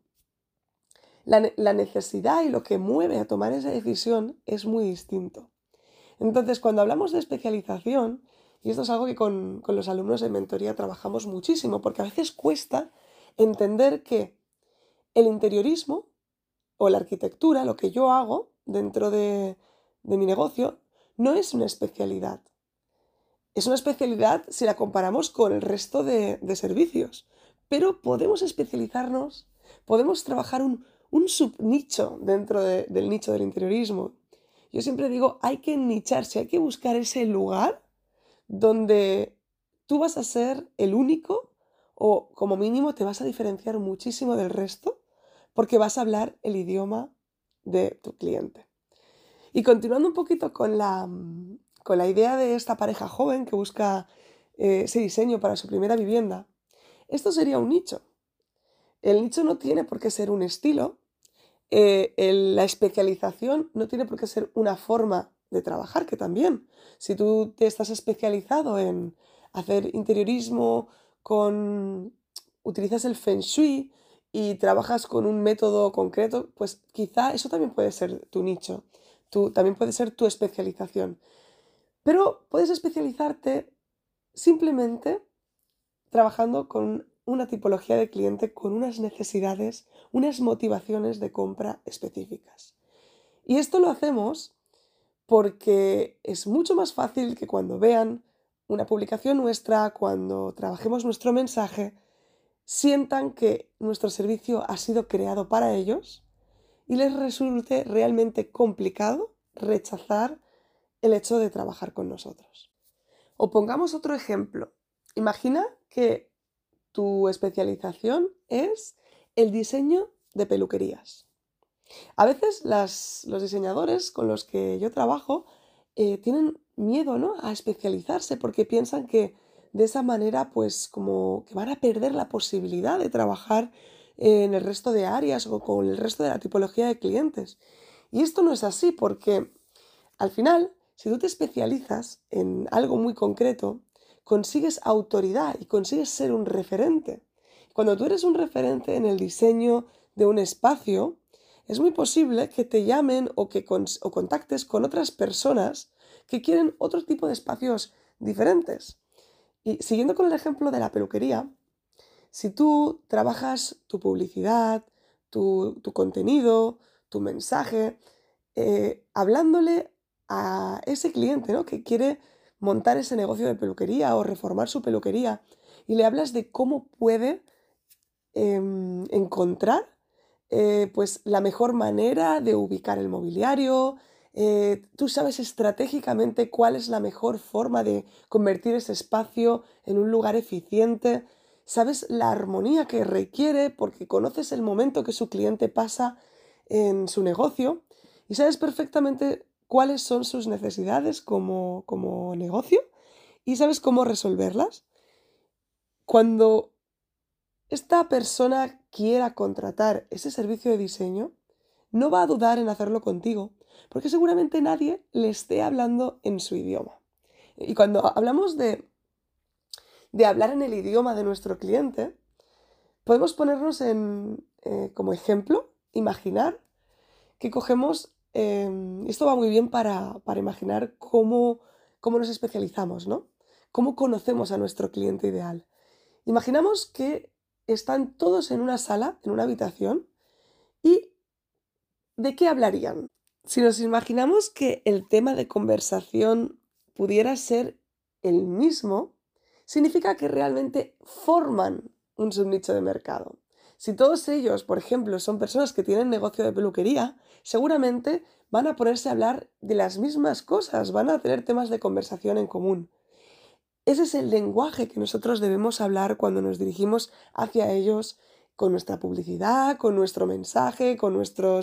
La necesidad y lo que mueve a tomar esa decisión es muy distinto. Entonces, cuando hablamos de especialización, y esto es algo que con los alumnos de mentoría trabajamos muchísimo, porque a veces cuesta entender que el interiorismo o la arquitectura, lo que yo hago dentro de mi negocio, no es una especialidad. Es una especialidad si la comparamos con el resto de servicios, pero podemos especializarnos, podemos trabajar un subnicho dentro del nicho del interiorismo. Yo siempre digo, hay que nicharse, hay que buscar ese lugar donde tú vas a ser el único, o como mínimo te vas a diferenciar muchísimo del resto, porque vas a hablar el idioma de tu cliente. Y continuando un poquito con la idea de esta pareja joven que busca ese diseño para su primera vivienda, esto sería un nicho. El nicho no tiene por qué ser un estilo, la especialización no tiene por qué ser una forma de trabajar, que también, si tú te estás especializado en hacer interiorismo utilizas el Feng Shui y trabajas con un método concreto, pues quizá eso también puede ser tu nicho, también puede ser tu especialización. Pero puedes especializarte simplemente trabajando con una tipología de cliente con unas necesidades, unas motivaciones de compra específicas. Y esto lo hacemos porque es mucho más fácil que cuando vean una publicación nuestra, cuando trabajemos nuestro mensaje, sientan que nuestro servicio ha sido creado para ellos y les resulte realmente complicado rechazar el hecho de trabajar con nosotros. O pongamos otro ejemplo. Imagina que tu especialización es el diseño de peluquerías. A veces los diseñadores con los que yo trabajo tienen miedo, ¿no?, a especializarse porque piensan que de esa manera pues como que van a perder la posibilidad de trabajar en el resto de áreas o con el resto de la tipología de clientes. Y esto no es así porque al final, si tú te especializas en algo muy concreto, consigues autoridad y consigues ser un referente. Cuando tú eres un referente en el diseño de un espacio, es muy posible que te llamen o contactes con otras personas que quieren otro tipo de espacios diferentes. Y siguiendo con el ejemplo de la peluquería, si tú trabajas tu publicidad, tu contenido, tu mensaje, hablándole a ese cliente, ¿no?, que quiere montar ese negocio de peluquería o reformar su peluquería, y le hablas de cómo puede encontrar pues la mejor manera de ubicar el mobiliario. Tú sabes estratégicamente cuál es la mejor forma de convertir ese espacio en un lugar eficiente. Sabes la armonía que requiere porque conoces el momento que su cliente pasa en su negocio y sabes perfectamente cuáles son sus necesidades como negocio y sabes cómo resolverlas. Cuando esta persona quiera contratar ese servicio de diseño, no va a dudar en hacerlo contigo, porque seguramente nadie le esté hablando en su idioma. Y cuando hablamos de hablar en el idioma de nuestro cliente, podemos ponernos como ejemplo, imaginar que cogemos, esto va muy bien para imaginar cómo nos especializamos, ¿no? Cómo conocemos a nuestro cliente ideal. Imaginamos que están todos en una sala, en una habitación, y ¿de qué hablarían? Si nos imaginamos que el tema de conversación pudiera ser el mismo, significa que realmente forman un subnicho de mercado. Si todos ellos, por ejemplo, son personas que tienen negocio de peluquería, seguramente van a ponerse a hablar de las mismas cosas, van a tener temas de conversación en común. Ese es el lenguaje que nosotros debemos hablar cuando nos dirigimos hacia ellos con nuestra publicidad, con nuestro mensaje, con nuestro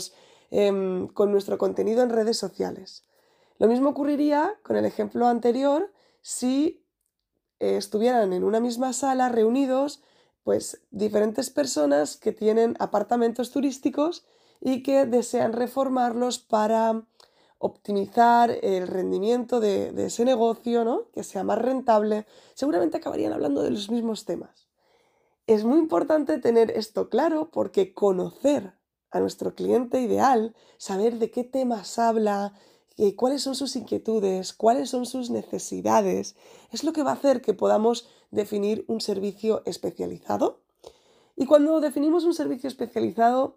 contenido en redes sociales. Lo mismo ocurriría con el ejemplo anterior si estuvieran en una misma sala reunidos pues diferentes personas que tienen apartamentos turísticos y que desean reformarlos para optimizar el rendimiento de ese negocio, ¿no?, que sea más rentable. Seguramente acabarían hablando de los mismos temas. Es muy importante tener esto claro porque conocer a nuestro cliente ideal, saber de qué temas habla, cuáles son sus inquietudes, cuáles son sus necesidades, es lo que va a hacer que podamos definir un servicio especializado. Y cuando definimos un servicio especializado,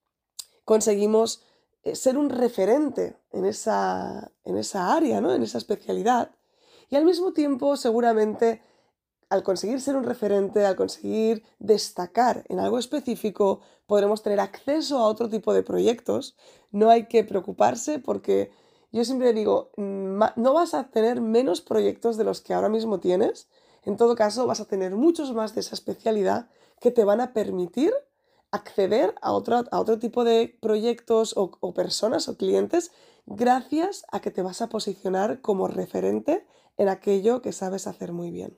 conseguimos ser un referente en esa área, ¿no?, en esa especialidad. Y al mismo tiempo, seguramente, al conseguir ser un referente, al conseguir destacar en algo específico, podremos tener acceso a otro tipo de proyectos. No hay que preocuparse porque yo siempre digo, no vas a tener menos proyectos de los que ahora mismo tienes. En todo caso, vas a tener muchos más de esa especialidad que te van a permitir acceder a otro tipo de proyectos o personas o clientes gracias a que te vas a posicionar como referente en aquello que sabes hacer muy bien.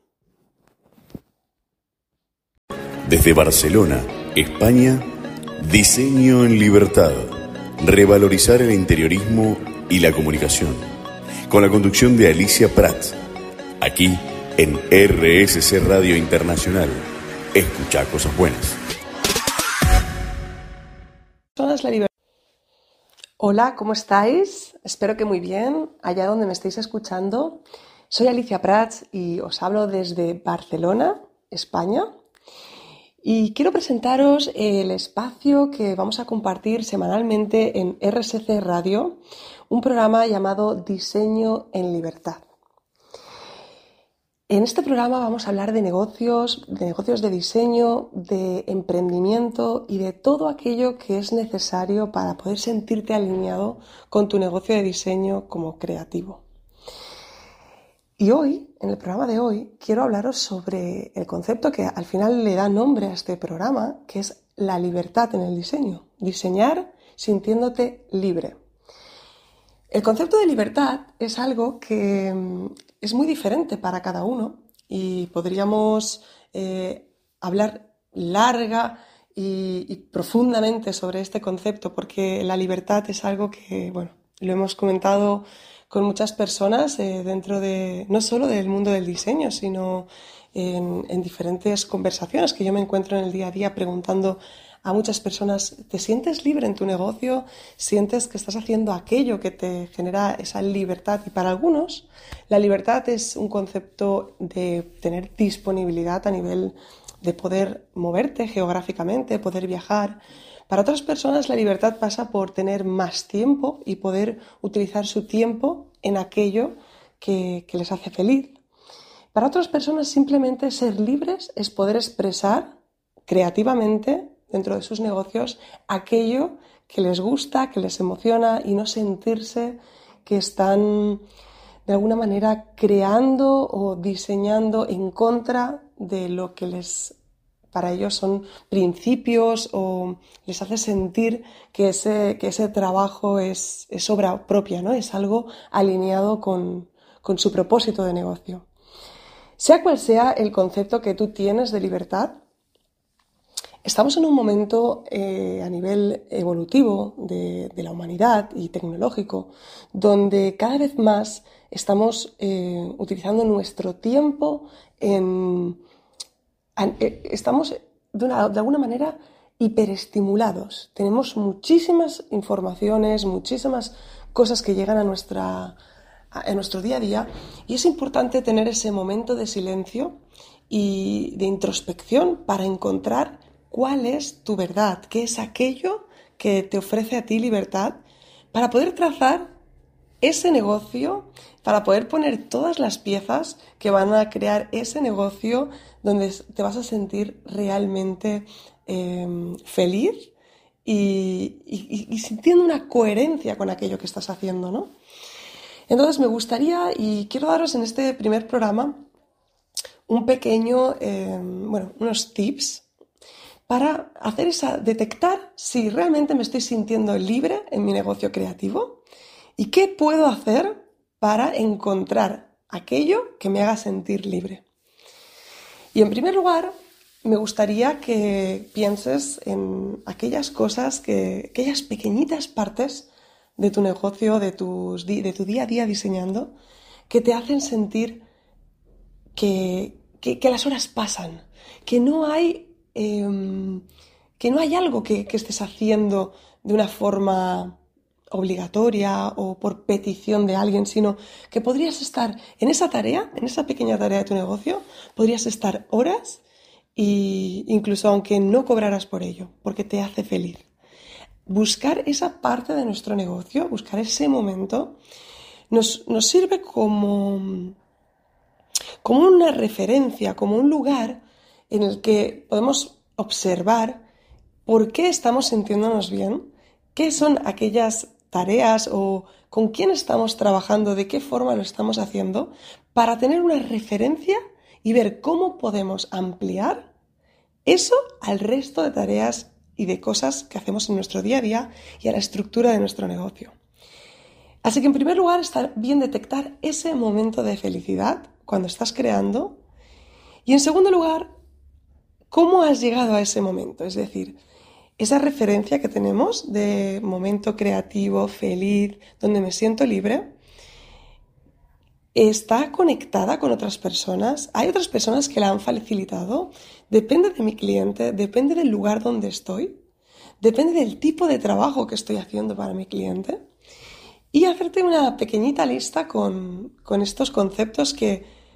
Desde Barcelona, España, Diseño en Libertad. Revalorizar el interiorismo y la comunicación. Con la conducción de Alicia Prats. Aquí en RSC Radio Internacional. Escucha cosas buenas. Hola, ¿cómo estáis? Espero que muy bien, allá donde me estéis escuchando. Soy Alicia Prats y os hablo desde Barcelona, España. Y quiero presentaros el espacio que vamos a compartir semanalmente en RSC Radio, un programa llamado Diseño en Libertad. En este programa vamos a hablar de negocios de diseño, de emprendimiento y de todo aquello que es necesario para poder sentirte alineado con tu negocio de diseño como creativo. Y hoy, en el programa de hoy, quiero hablaros sobre el concepto que al final le da nombre a este programa, que es la libertad en el diseño. Diseñar sintiéndote libre. El concepto de libertad es algo que es muy diferente para cada uno y podríamos hablar larga y profundamente sobre este concepto, porque la libertad es algo que, lo hemos comentado con muchas personas dentro de, no solo del mundo del diseño, sino en diferentes conversaciones que yo me encuentro en el día a día preguntando a muchas personas, ¿te sientes libre en tu negocio? ¿Sientes que estás haciendo aquello que te genera esa libertad? Y para algunos, la libertad es un concepto de tener disponibilidad a nivel de poder moverte geográficamente, poder viajar. Para otras personas la libertad pasa por tener más tiempo y poder utilizar su tiempo en aquello que les hace feliz. Para otras personas simplemente ser libres es poder expresar creativamente dentro de sus negocios aquello que les gusta, que les emociona y no sentirse que están de alguna manera creando o diseñando en contra de lo que para ellos son principios o les hace sentir que ese trabajo es obra propia, ¿no? Es algo alineado con su propósito de negocio. Sea cual sea el concepto que tú tienes de libertad, estamos en un momento a nivel evolutivo de la humanidad y tecnológico, donde cada vez más estamos utilizando nuestro tiempo estamos de alguna manera hiperestimulados. Tenemos muchísimas informaciones, muchísimas cosas que llegan en nuestro día a día y es importante tener ese momento de silencio y de introspección para encontrar cuál es tu verdad, qué es aquello que te ofrece a ti libertad para poder trazar ese negocio, para poder poner todas las piezas que van a crear ese negocio donde te vas a sentir realmente feliz y sintiendo una coherencia con aquello que estás haciendo, ¿no? Entonces me gustaría y quiero daros en este primer programa un pequeño, unos tips para detectar si realmente me estoy sintiendo libre en mi negocio creativo y qué puedo hacer para encontrar aquello que me haga sentir libre. Y en primer lugar, me gustaría que pienses en aquellas cosas, aquellas pequeñitas partes de tu negocio, de tu día a día diseñando, que te hacen sentir que las horas pasan, que no hay algo que estés haciendo de una forma obligatoria o por petición de alguien, sino que podrías estar en esa tarea, en esa pequeña tarea de tu negocio, podrías estar horas e incluso aunque no cobraras por ello, porque te hace feliz. Buscar esa parte de nuestro negocio, buscar ese momento, nos sirve como una referencia, como un lugar en el que podemos observar por qué estamos sintiéndonos bien, qué son aquellas tareas o con quién estamos trabajando, de qué forma lo estamos haciendo, para tener una referencia y ver cómo podemos ampliar eso al resto de tareas y de cosas que hacemos en nuestro día a día y a la estructura de nuestro negocio. Así que en primer lugar está bien detectar ese momento de felicidad cuando estás creando y en segundo lugar, ¿cómo has llegado a ese momento? Es decir, esa referencia que tenemos de momento creativo, feliz, donde me siento libre, ¿está conectada con otras personas? ¿Hay otras personas que la han facilitado? ¿Depende de mi cliente? ¿Depende del lugar donde estoy? ¿Depende del tipo de trabajo que estoy haciendo para mi cliente? Y hacerte una pequeñita lista con estos conceptos que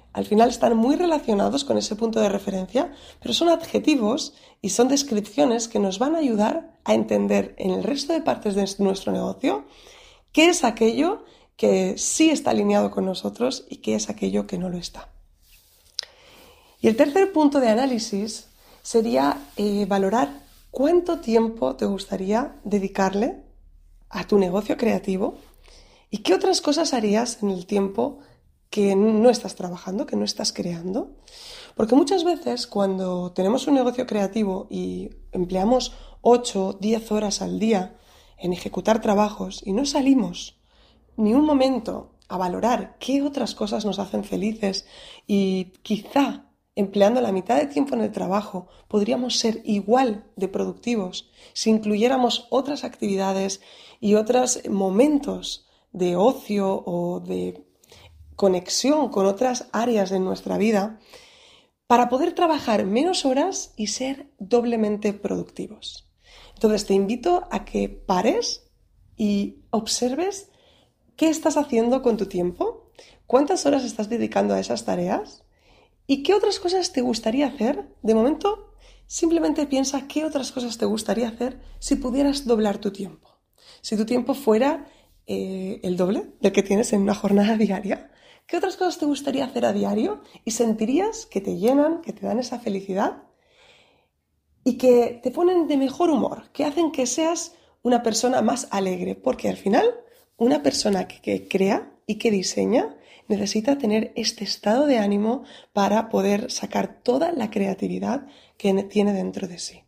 al final están muy relacionados con ese punto de referencia, pero son adjetivos y son descripciones que nos van a ayudar a entender en el resto de partes de nuestro negocio qué es aquello que sí está alineado con nosotros y qué es aquello que no lo está. Y el tercer punto de análisis sería valorar cuánto tiempo te gustaría dedicarle a tu negocio creativo y qué otras cosas harías en el tiempo que no estás trabajando, que no estás creando. Porque muchas veces cuando tenemos un negocio creativo y empleamos 8 o 10 horas al día en ejecutar trabajos y no salimos ni un momento a valorar qué otras cosas nos hacen felices y quizá empleando la mitad de tiempo en el trabajo podríamos ser igual de productivos si incluyéramos otras actividades y otros momentos de ocio o de conexión con otras áreas de nuestra vida para poder trabajar menos horas y ser doblemente productivos. Entonces te invito a que pares y observes qué estás haciendo con tu tiempo, cuántas horas estás dedicando a esas tareas y qué otras cosas te gustaría hacer. De momento, simplemente piensa qué otras cosas te gustaría hacer si pudieras doblar tu tiempo. Si tu tiempo fuera el doble del que tienes en una jornada diaria, ¿qué otras cosas te gustaría hacer a diario y sentirías que te llenan, que te dan esa felicidad y que te ponen de mejor humor, que hacen que seas una persona más alegre? Porque al final, una persona que crea y que diseña necesita tener este estado de ánimo para poder sacar toda la creatividad que tiene dentro de sí.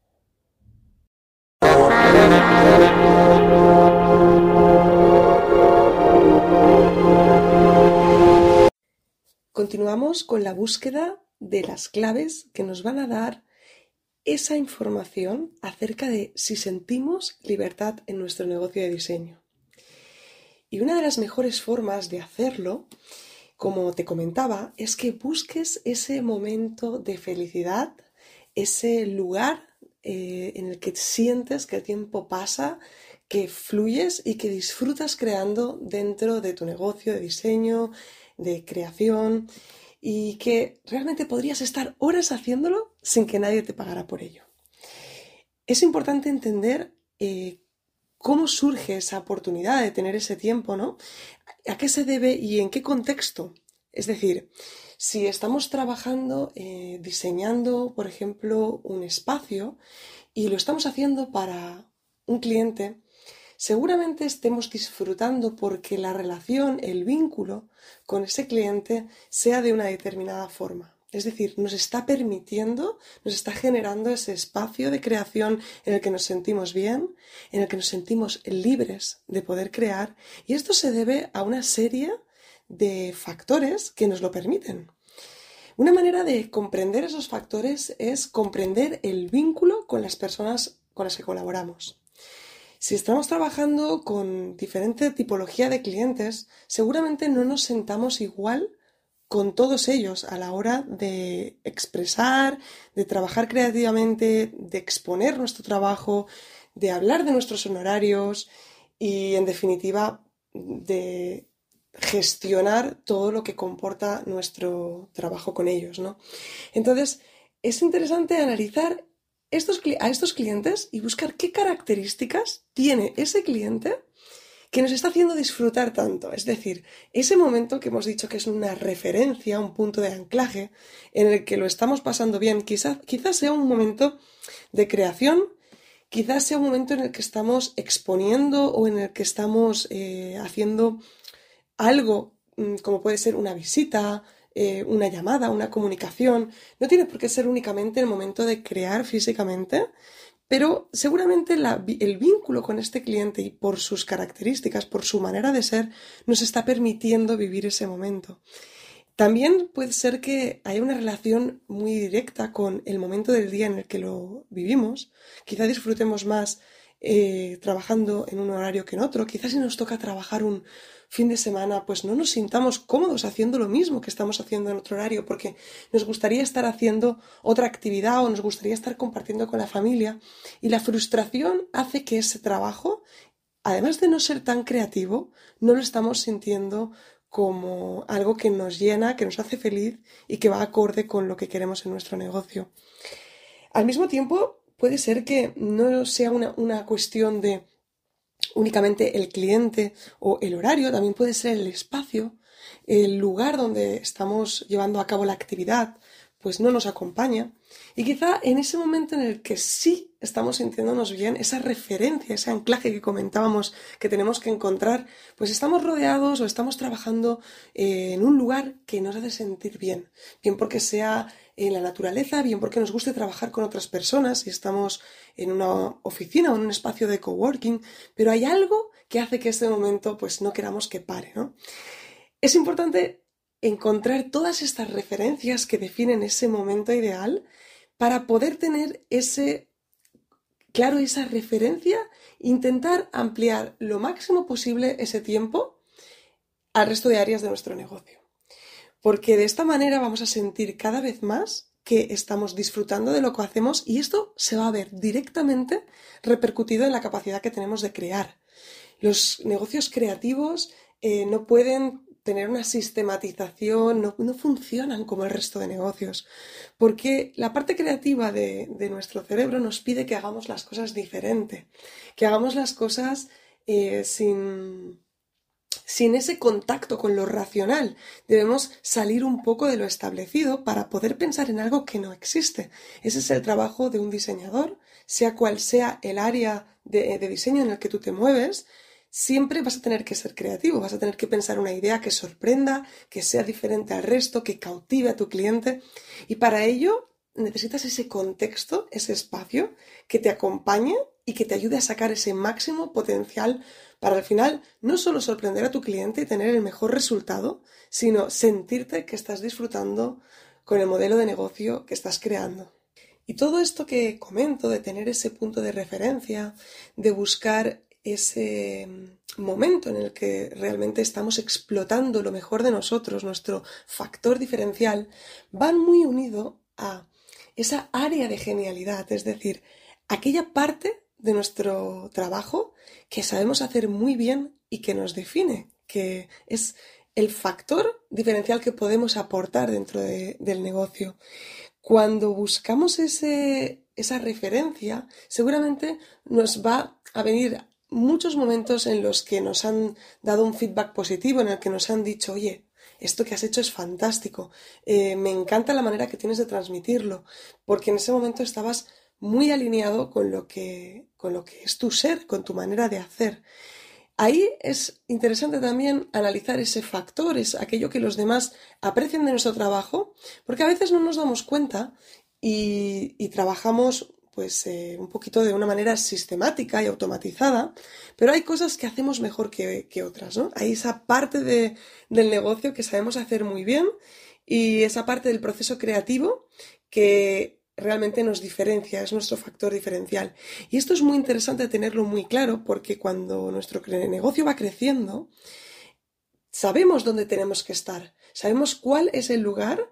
Continuamos con la búsqueda de las claves que nos van a dar esa información acerca de si sentimos libertad en nuestro negocio de diseño. Y una de las mejores formas de hacerlo, como te comentaba, es que busques ese momento de felicidad, ese lugar en el que sientes que el tiempo pasa, que fluyes y que disfrutas creando dentro de tu negocio de diseño, de creación, y que realmente podrías estar horas haciéndolo sin que nadie te pagara por ello. Es importante entender cómo surge esa oportunidad de tener ese tiempo, ¿no? ¿A qué se debe y en qué contexto? Es decir, si estamos trabajando, diseñando, por ejemplo, un espacio y lo estamos haciendo para un cliente, seguramente estemos disfrutando porque la relación, el vínculo con ese cliente sea de una determinada forma. Es decir, nos está permitiendo, nos está generando ese espacio de creación en el que nos sentimos bien, en el que nos sentimos libres de poder crear, y esto se debe a una serie de factores que nos lo permiten. Una manera de comprender esos factores es comprender el vínculo con las personas con las que colaboramos. Si estamos trabajando con diferente tipología de clientes, seguramente no nos sentamos igual con todos ellos a la hora de expresar, de trabajar creativamente, de exponer nuestro trabajo, de hablar de nuestros honorarios y, en definitiva, de gestionar todo lo que comporta nuestro trabajo con ellos, ¿no? Entonces, es interesante analizar a estos clientes y buscar qué características tiene ese cliente que nos está haciendo disfrutar tanto. Es decir, ese momento que hemos dicho que es una referencia, un punto de anclaje en el que lo estamos pasando bien, quizás sea un momento de creación, quizás sea un momento en el que estamos exponiendo o en el que estamos haciendo algo como puede ser una visita, una llamada, una comunicación. No tiene por qué ser únicamente el momento de crear físicamente, pero seguramente el vínculo con este cliente y por sus características, por su manera de ser, nos está permitiendo vivir ese momento. También puede ser que haya una relación muy directa con el momento del día en el que lo vivimos. Quizá disfrutemos más trabajando en un horario que en otro. Quizás si nos toca trabajar un fin de semana, pues no nos sintamos cómodos haciendo lo mismo que estamos haciendo en otro horario, porque nos gustaría estar haciendo otra actividad o nos gustaría estar compartiendo con la familia, y la frustración hace que ese trabajo, además de no ser tan creativo, no lo estamos sintiendo como algo que nos llena, que nos hace feliz y que va acorde con lo que queremos en nuestro negocio. Al mismo tiempo, puede ser que no sea una cuestión de únicamente el cliente o el horario, también puede ser el espacio, el lugar donde estamos llevando a cabo la actividad, pues no nos acompaña. Y quizá en ese momento en el que sí estamos sintiéndonos bien, esa referencia, ese anclaje que comentábamos que tenemos que encontrar, pues estamos rodeados o estamos trabajando en un lugar que nos hace sentir bien. Bien porque sea en la naturaleza, bien porque nos guste trabajar con otras personas, si estamos en una oficina o en un espacio de coworking, pero hay algo que hace que este momento pues no queramos que pare, ¿no? Es importante encontrar todas estas referencias que definen ese momento ideal para poder tener esa referencia, intentar ampliar lo máximo posible ese tiempo al resto de áreas de nuestro negocio. Porque de esta manera vamos a sentir cada vez más que estamos disfrutando de lo que hacemos y esto se va a ver directamente repercutido en la capacidad que tenemos de crear. Los negocios creativos no pueden tener una sistematización, no funcionan como el resto de negocios, porque la parte creativa de nuestro cerebro nos pide que hagamos las cosas diferente, que hagamos las cosas sin ese contacto con lo racional. Debemos salir un poco de lo establecido para poder pensar en algo que no existe. Ese es el trabajo de un diseñador, sea cual sea el área de diseño en el que tú te mueves. Siempre vas a tener que ser creativo, vas a tener que pensar una idea que sorprenda, que sea diferente al resto, que cautive a tu cliente. Y para ello necesitas ese contexto, ese espacio que te acompañe y que te ayude a sacar ese máximo potencial para al final no solo sorprender a tu cliente y tener el mejor resultado, sino sentirte que estás disfrutando con el modelo de negocio que estás creando. Y todo esto que comento de tener ese punto de referencia, de buscar ese momento en el que realmente estamos explotando lo mejor de nosotros, nuestro factor diferencial, van muy unido a esa área de genialidad, es decir, aquella parte de nuestro trabajo que sabemos hacer muy bien y que nos define, que es el factor diferencial que podemos aportar dentro del negocio. Cuando buscamos esa referencia, seguramente nos va a venir muchos momentos en los que nos han dado un feedback positivo, en el que nos han dicho, oye, esto que has hecho es fantástico, me encanta la manera que tienes de transmitirlo, porque en ese momento estabas muy alineado con lo que es tu ser, con tu manera de hacer. Ahí es interesante también analizar ese factor, es aquello que los demás aprecian de nuestro trabajo, porque a veces no nos damos cuenta y trabajamos pues un poquito de una manera sistemática y automatizada, pero hay cosas que hacemos mejor que otras, ¿no? Hay esa parte del negocio que sabemos hacer muy bien y esa parte del proceso creativo que realmente nos diferencia, es nuestro factor diferencial. Y esto es muy interesante tenerlo muy claro porque cuando nuestro negocio va creciendo, sabemos dónde tenemos que estar, sabemos cuál es el lugar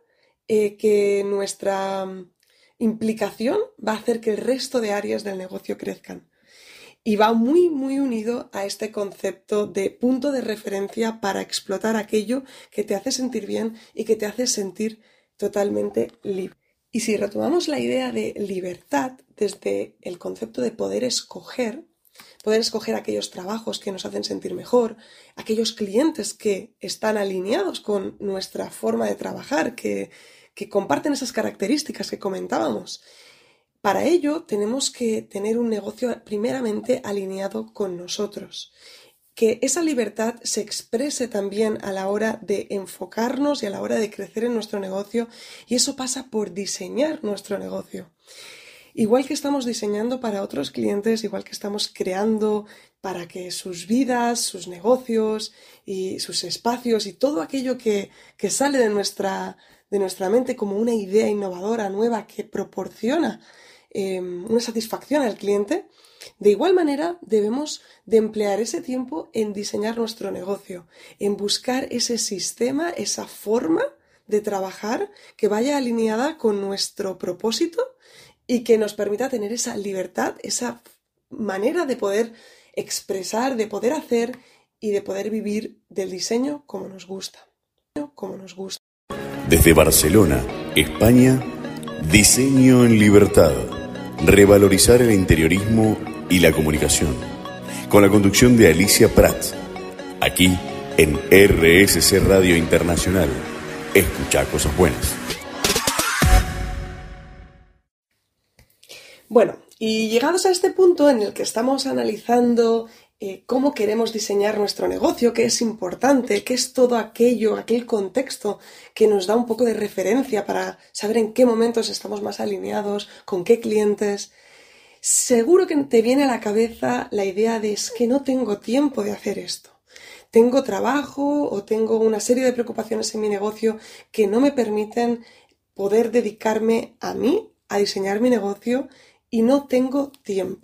que nuestra implicación va a hacer que el resto de áreas del negocio crezcan. Y va muy, muy unido a este concepto de punto de referencia para explotar aquello que te hace sentir bien y que te hace sentir totalmente libre. Y si retomamos la idea de libertad desde el concepto de poder escoger aquellos trabajos que nos hacen sentir mejor, aquellos clientes que están alineados con nuestra forma de trabajar, que comparten esas características que comentábamos. Para ello tenemos que tener un negocio primeramente alineado con nosotros. Que esa libertad se exprese también a la hora de enfocarnos y a la hora de crecer en nuestro negocio, y eso pasa por diseñar nuestro negocio. Igual que estamos diseñando para otros clientes, igual que estamos creando para que sus vidas, sus negocios y sus espacios y todo aquello que sale de nuestra mente como una idea innovadora, nueva, que proporciona una satisfacción al cliente, de igual manera debemos de emplear ese tiempo en diseñar nuestro negocio, en buscar ese sistema, esa forma de trabajar que vaya alineada con nuestro propósito y que nos permita tener esa libertad, esa manera de poder expresar, de poder hacer y de poder vivir del diseño como nos gusta. Desde Barcelona, España, Diseño en Libertad. Revalorizar el interiorismo y la comunicación. Con la conducción de Alicia Prats. Aquí en RSC Radio Internacional. Escucha cosas buenas. Bueno, y llegados a este punto en el que estamos analizando cómo queremos diseñar nuestro negocio, qué es importante, qué es todo aquel contexto que nos da un poco de referencia para saber en qué momentos estamos más alineados, con qué clientes, seguro que te viene a la cabeza la idea de es que no tengo tiempo de hacer esto. Tengo trabajo o tengo una serie de preocupaciones en mi negocio que no me permiten poder dedicarme a mí, a diseñar mi negocio, y no tengo tiempo.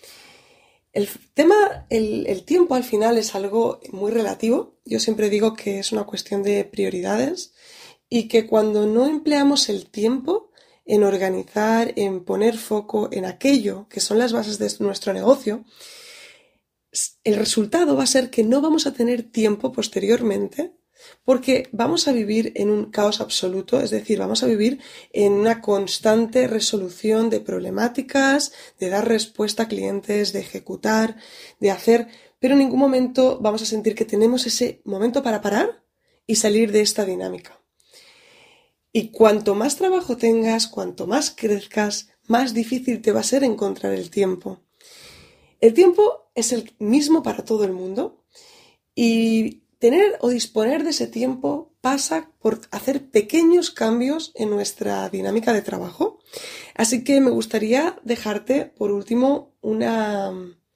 El tiempo al final es algo muy relativo. Yo siempre digo que es una cuestión de prioridades y que cuando no empleamos el tiempo en organizar, en poner foco en aquello que son las bases de nuestro negocio, el resultado va a ser que no vamos a tener tiempo posteriormente porque vamos a vivir en un caos absoluto, es decir, vamos a vivir en una constante resolución de problemáticas, de dar respuesta a clientes, de ejecutar, de hacer, pero en ningún momento vamos a sentir que tenemos ese momento para parar y salir de esta dinámica. Y cuanto más trabajo tengas, cuanto más crezcas, más difícil te va a ser encontrar el tiempo. El tiempo es el mismo para todo el mundo y tener o disponer de ese tiempo pasa por hacer pequeños cambios en nuestra dinámica de trabajo. Así que me gustaría dejarte, por último, una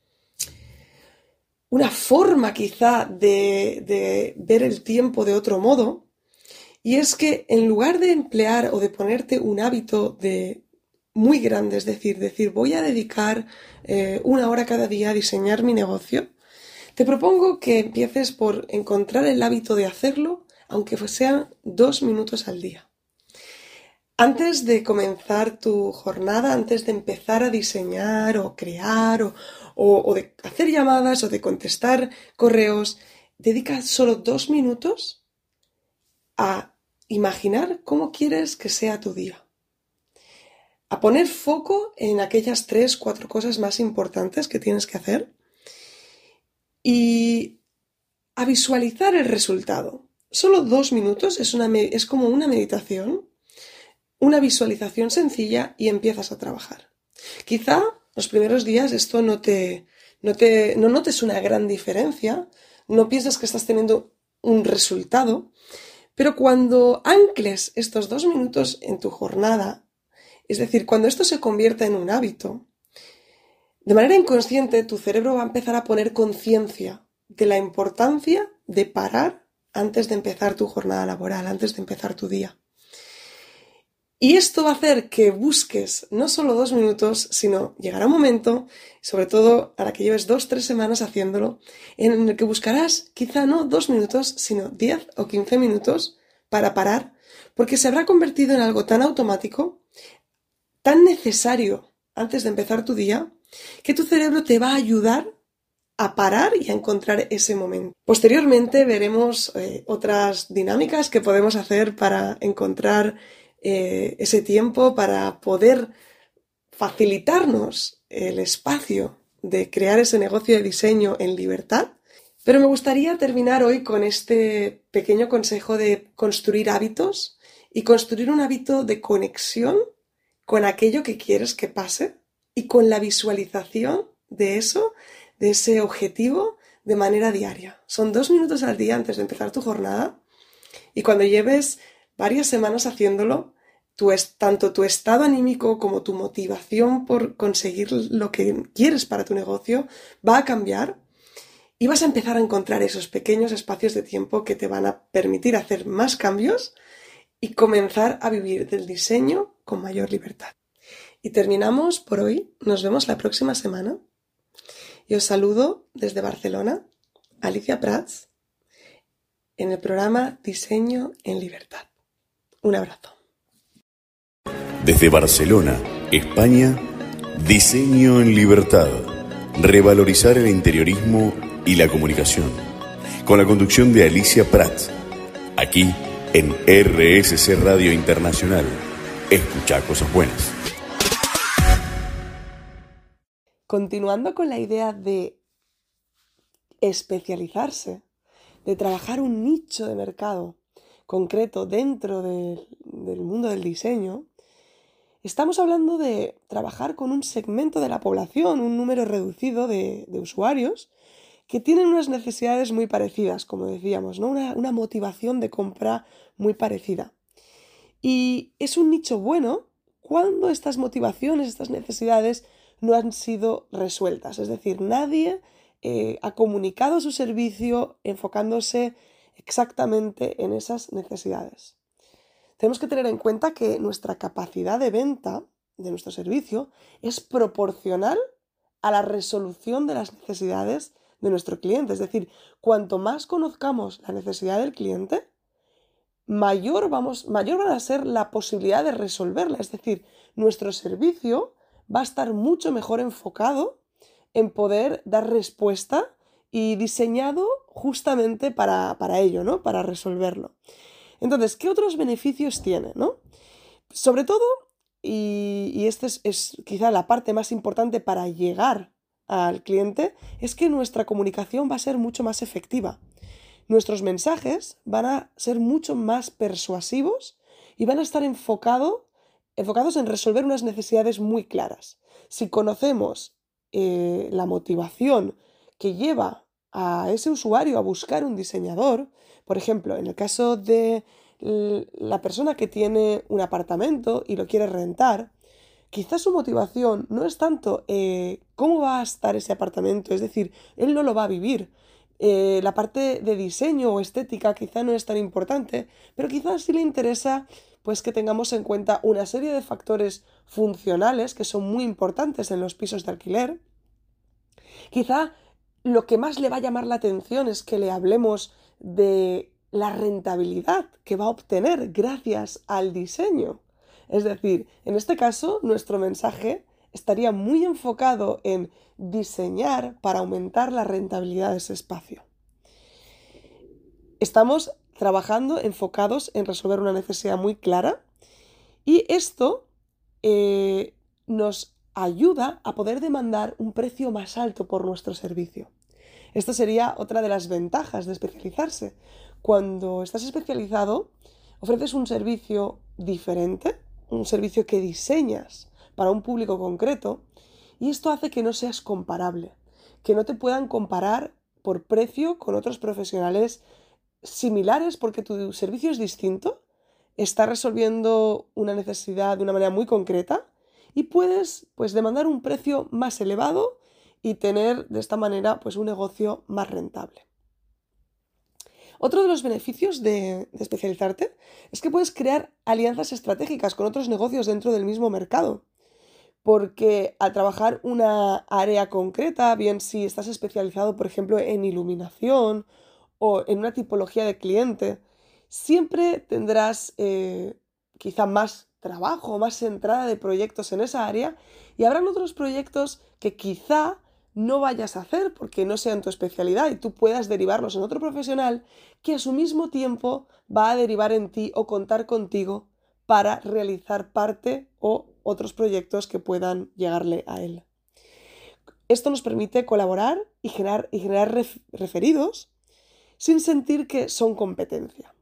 forma quizá de ver el tiempo de otro modo. Y es que en lugar de emplear o de ponerte un hábito muy grande, es decir, voy a dedicar 1 hora cada día a diseñar mi negocio, te propongo que empieces por encontrar el hábito de hacerlo, aunque sean 2 minutos al día. Antes de comenzar tu jornada, antes de empezar a diseñar o crear o de hacer llamadas o de contestar correos, dedica solo 2 minutos a imaginar cómo quieres que sea tu día. A poner foco en aquellas 3-4 cosas más importantes que tienes que hacer y a visualizar el resultado. Solo 2 minutos es como una meditación, una visualización sencilla y empiezas a trabajar. Quizá los primeros días esto no notes una gran diferencia, no pienses que estás teniendo un resultado, pero cuando ancles estos 2 minutos en tu jornada, es decir, cuando esto se convierta en un hábito, de manera inconsciente tu cerebro va a empezar a poner conciencia de la importancia de parar antes de empezar tu jornada laboral, antes de empezar tu día. Y esto va a hacer que busques no solo 2 minutos, sino llegará un momento, sobre todo a la que lleves 2-3 semanas haciéndolo, en el que buscarás quizá no 2 minutos, sino 10 o 15 minutos para parar, porque se habrá convertido en algo tan automático, tan necesario antes de empezar tu día, que tu cerebro te va a ayudar a parar y a encontrar ese momento. Posteriormente veremos otras dinámicas que podemos hacer para encontrar ese tiempo, para poder facilitarnos el espacio de crear ese negocio de diseño en libertad. Pero me gustaría terminar hoy con este pequeño consejo de construir hábitos y construir un hábito de conexión con aquello que quieres que pase y con la visualización de eso, de ese objetivo de manera diaria. Son 2 minutos al día antes de empezar tu jornada y cuando lleves varias semanas haciéndolo, tanto tu estado anímico como tu motivación por conseguir lo que quieres para tu negocio va a cambiar y vas a empezar a encontrar esos pequeños espacios de tiempo que te van a permitir hacer más cambios y comenzar a vivir del diseño con mayor libertad. Y terminamos por hoy. Nos vemos la próxima semana. Y os saludo desde Barcelona, Alicia Prats, en el programa Diseño en Libertad. Un abrazo. Desde Barcelona, España, Diseño en Libertad. Revalorizar el interiorismo y la comunicación. con la conducción de Alicia Prats, aquí en RSC Radio Internacional. Escucha cosas buenas. Continuando con la idea de especializarse, de trabajar un nicho de mercado concreto dentro del mundo del diseño, estamos hablando de trabajar con un segmento de la población, un número reducido de usuarios que tienen unas necesidades muy parecidas, como decíamos, ¿no? Una motivación de compra muy parecida. Y es un nicho bueno cuando estas motivaciones, estas necesidades no han sido resueltas. Es decir, nadie ha comunicado su servicio enfocándose exactamente en esas necesidades. Tenemos que tener en cuenta que nuestra capacidad de venta de nuestro servicio es proporcional a la resolución de las necesidades de nuestro cliente. Es decir, cuanto más conozcamos la necesidad del cliente, mayor va a ser la posibilidad de resolverla. Es decir, nuestro servicio va a estar mucho mejor enfocado en poder dar respuesta y diseñado justamente para ello, ¿no? Para resolverlo. Entonces, ¿qué otros beneficios tiene, ¿no? Sobre todo, y esta es quizá la parte más importante para llegar al cliente, es que nuestra comunicación va a ser mucho más efectiva. Nuestros mensajes van a ser mucho más persuasivos y van a estar enfocados en resolver unas necesidades muy claras. Si conocemos la motivación que lleva a ese usuario a buscar un diseñador, por ejemplo, en el caso de la persona que tiene un apartamento y lo quiere rentar, quizás su motivación no es tanto cómo va a estar ese apartamento, es decir, él no lo va a vivir. La parte de diseño o estética quizá no es tan importante, pero quizás sí le interesa pues que tengamos en cuenta una serie de factores funcionales que son muy importantes en los pisos de alquiler. Quizá lo que más le va a llamar la atención es que le hablemos de la rentabilidad que va a obtener gracias al diseño. Es decir, en este caso, nuestro mensaje estaría muy enfocado en diseñar para aumentar la rentabilidad de ese espacio. Estamos trabajando enfocados en resolver una necesidad muy clara y esto nos ayuda a poder demandar un precio más alto por nuestro servicio. Esto sería otra de las ventajas de especializarse. Cuando estás especializado, ofreces un servicio diferente, un servicio que diseñas para un público concreto, y esto hace que no seas comparable, que no te puedan comparar por precio con otros profesionales similares porque tu servicio es distinto, está resolviendo una necesidad de una manera muy concreta y puedes demandar un precio más elevado y tener de esta manera un negocio más rentable. Otro de los beneficios de especializarte es que puedes crear alianzas estratégicas con otros negocios dentro del mismo mercado. Porque al trabajar una área concreta, bien si estás especializado, por ejemplo, en iluminación o en una tipología de cliente, siempre tendrás quizá más trabajo, más entrada de proyectos en esa área y habrán otros proyectos que quizá no vayas a hacer porque no sean tu especialidad y tú puedas derivarlos en otro profesional que a su mismo tiempo va a derivar en ti o contar contigo para realizar parte o otros proyectos que puedan llegarle a él. Esto nos permite colaborar y generar referidos sin sentir que son competencia.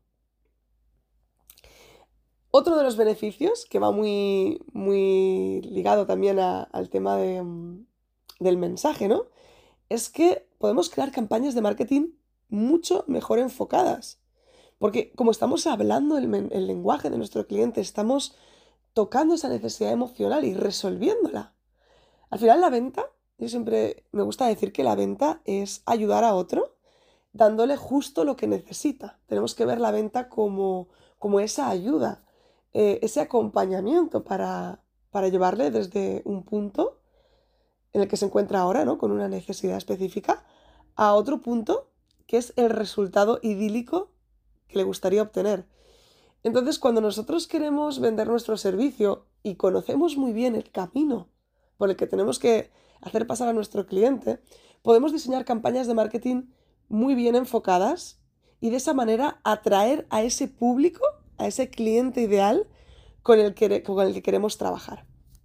Otro de los beneficios, que va muy, muy ligado también al tema del mensaje, ¿no? Es que podemos crear campañas de marketing mucho mejor enfocadas. Porque como estamos hablando el lenguaje de nuestro cliente, estamos tocando esa necesidad emocional y resolviéndola. Al final la venta, yo siempre me gusta decir que la venta es ayudar a otro dándole justo lo que necesita. Tenemos que ver la venta como esa ayuda, ese acompañamiento para llevarle desde un punto en el que se encuentra ahora, ¿no? Con una necesidad específica, a otro punto que es el resultado idílico que le gustaría obtener. Entonces, cuando nosotros queremos vender nuestro servicio y conocemos muy bien el camino por el que tenemos que hacer pasar a nuestro cliente, podemos diseñar campañas de marketing muy bien enfocadas y de esa manera atraer a ese público, a ese cliente ideal con el que queremos trabajar.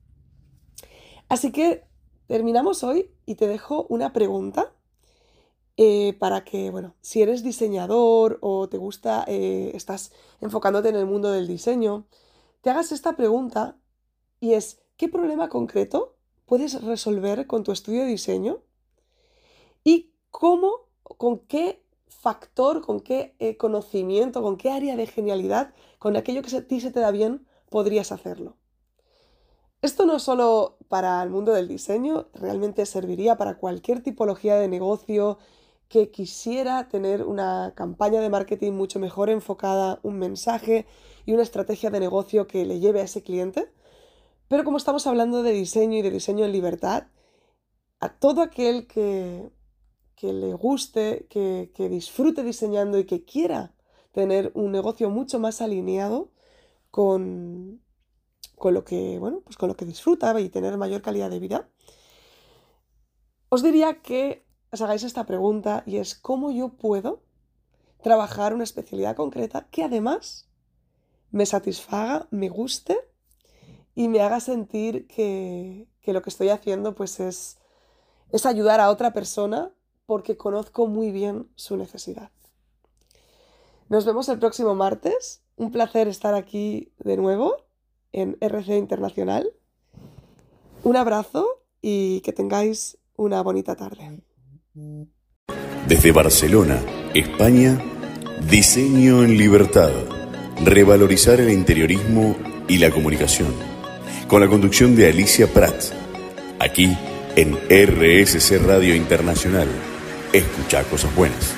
Así que terminamos hoy y te dejo una pregunta para que, si eres diseñador o te gusta, estás enfocándote en el mundo del diseño, te hagas esta pregunta y es: ¿qué problema concreto puedes resolver con tu estudio de diseño? ¿Y cómo, con qué factor, con qué conocimiento, con qué área de genialidad, con aquello que a ti se te da bien, podrías hacerlo? Esto no solo para el mundo del diseño, realmente serviría para cualquier tipología de negocio que quisiera tener una campaña de marketing mucho mejor enfocada, un mensaje y una estrategia de negocio que le lleve a ese cliente. Pero como estamos hablando de diseño y de diseño en libertad, a todo aquel que le guste, que disfrute diseñando y que quiera tener un negocio mucho más alineado con lo que, con lo que disfruta y tener mayor calidad de vida, os diría que os hagáis esta pregunta y es: ¿cómo yo puedo trabajar una especialidad concreta que además me satisfaga, me guste y me haga sentir que lo que estoy haciendo pues es ayudar a otra persona porque conozco muy bien su necesidad? Nos vemos el próximo martes. Un placer estar aquí de nuevo en RC Internacional. Un abrazo y que tengáis una bonita tarde. Desde Barcelona, España, Diseño en Libertad. Revalorizar el interiorismo y la comunicación. Con la conducción de Alicia Prats. Aquí en RSC Radio Internacional. Escucha cosas buenas.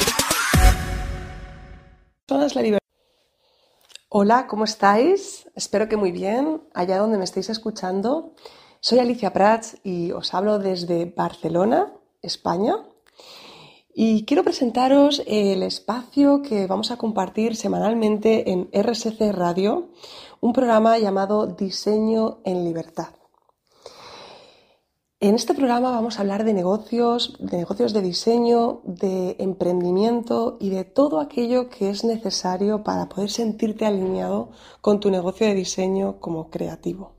Hola, ¿cómo estáis? Espero que muy bien, allá donde me estéis escuchando. Soy Alicia Prats y os hablo desde Barcelona, España. Y quiero presentaros el espacio que vamos a compartir semanalmente en RSC Radio, un programa llamado Diseño en Libertad. En este programa vamos a hablar de negocios de diseño, de emprendimiento y de todo aquello que es necesario para poder sentirte alineado con tu negocio de diseño como creativo.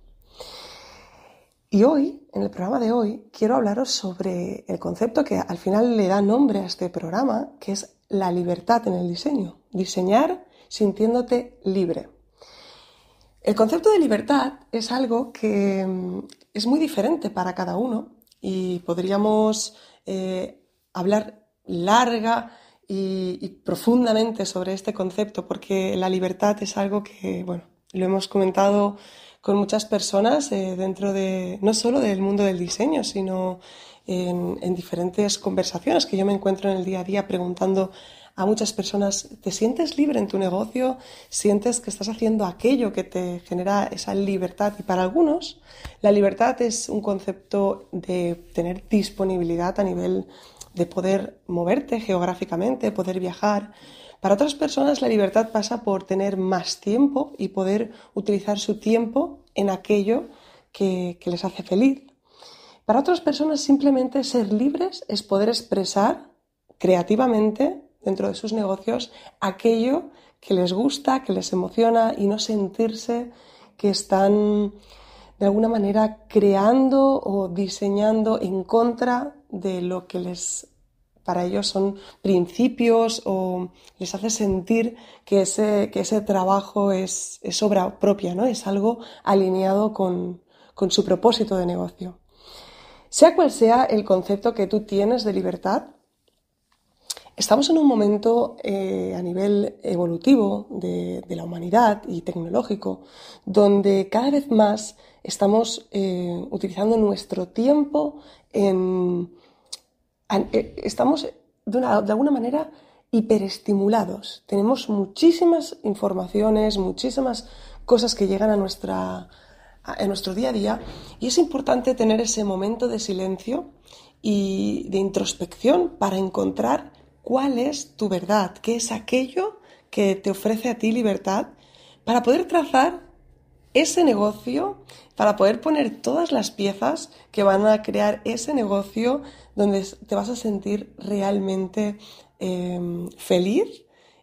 Y hoy, en el programa de hoy, quiero hablaros sobre el concepto que al final le da nombre a este programa, que es la libertad en el diseño. Diseñar sintiéndote libre. El concepto de libertad es algo que es muy diferente para cada uno y podríamos hablar larga y profundamente sobre este concepto, porque la libertad es algo que, lo hemos comentado con muchas personas dentro de, no solo del mundo del diseño, sino en diferentes conversaciones que yo me encuentro en el día a día preguntando a muchas personas: ¿te sientes libre en tu negocio? ¿Sientes que estás haciendo aquello que te genera esa libertad? Y para algunos, la libertad es un concepto de tener disponibilidad a nivel de poder moverte geográficamente, poder viajar. Para otras personas, la libertad pasa por tener más tiempo y poder utilizar su tiempo en aquello que les hace feliz. Para otras personas, simplemente ser libres es poder expresar creativamente dentro de sus negocios aquello que les gusta, que les emociona, y no sentirse que están de alguna manera creando o diseñando en contra de lo que para ellos son principios o les hace sentir que ese trabajo es obra propia, ¿no? Es algo alineado con su propósito de negocio. Sea cual sea el concepto que tú tienes de libertad, estamos en un momento a nivel evolutivo de la humanidad y tecnológico, donde cada vez más estamos utilizando nuestro tiempo estamos de alguna manera hiperestimulados. Tenemos muchísimas informaciones, muchísimas cosas que llegan en nuestro día a día, y es importante tener ese momento de silencio y de introspección para encontrar cuál es tu verdad, qué es aquello que te ofrece a ti libertad, para poder trazar ese negocio, para poder poner todas las piezas que van a crear ese negocio donde te vas a sentir realmente feliz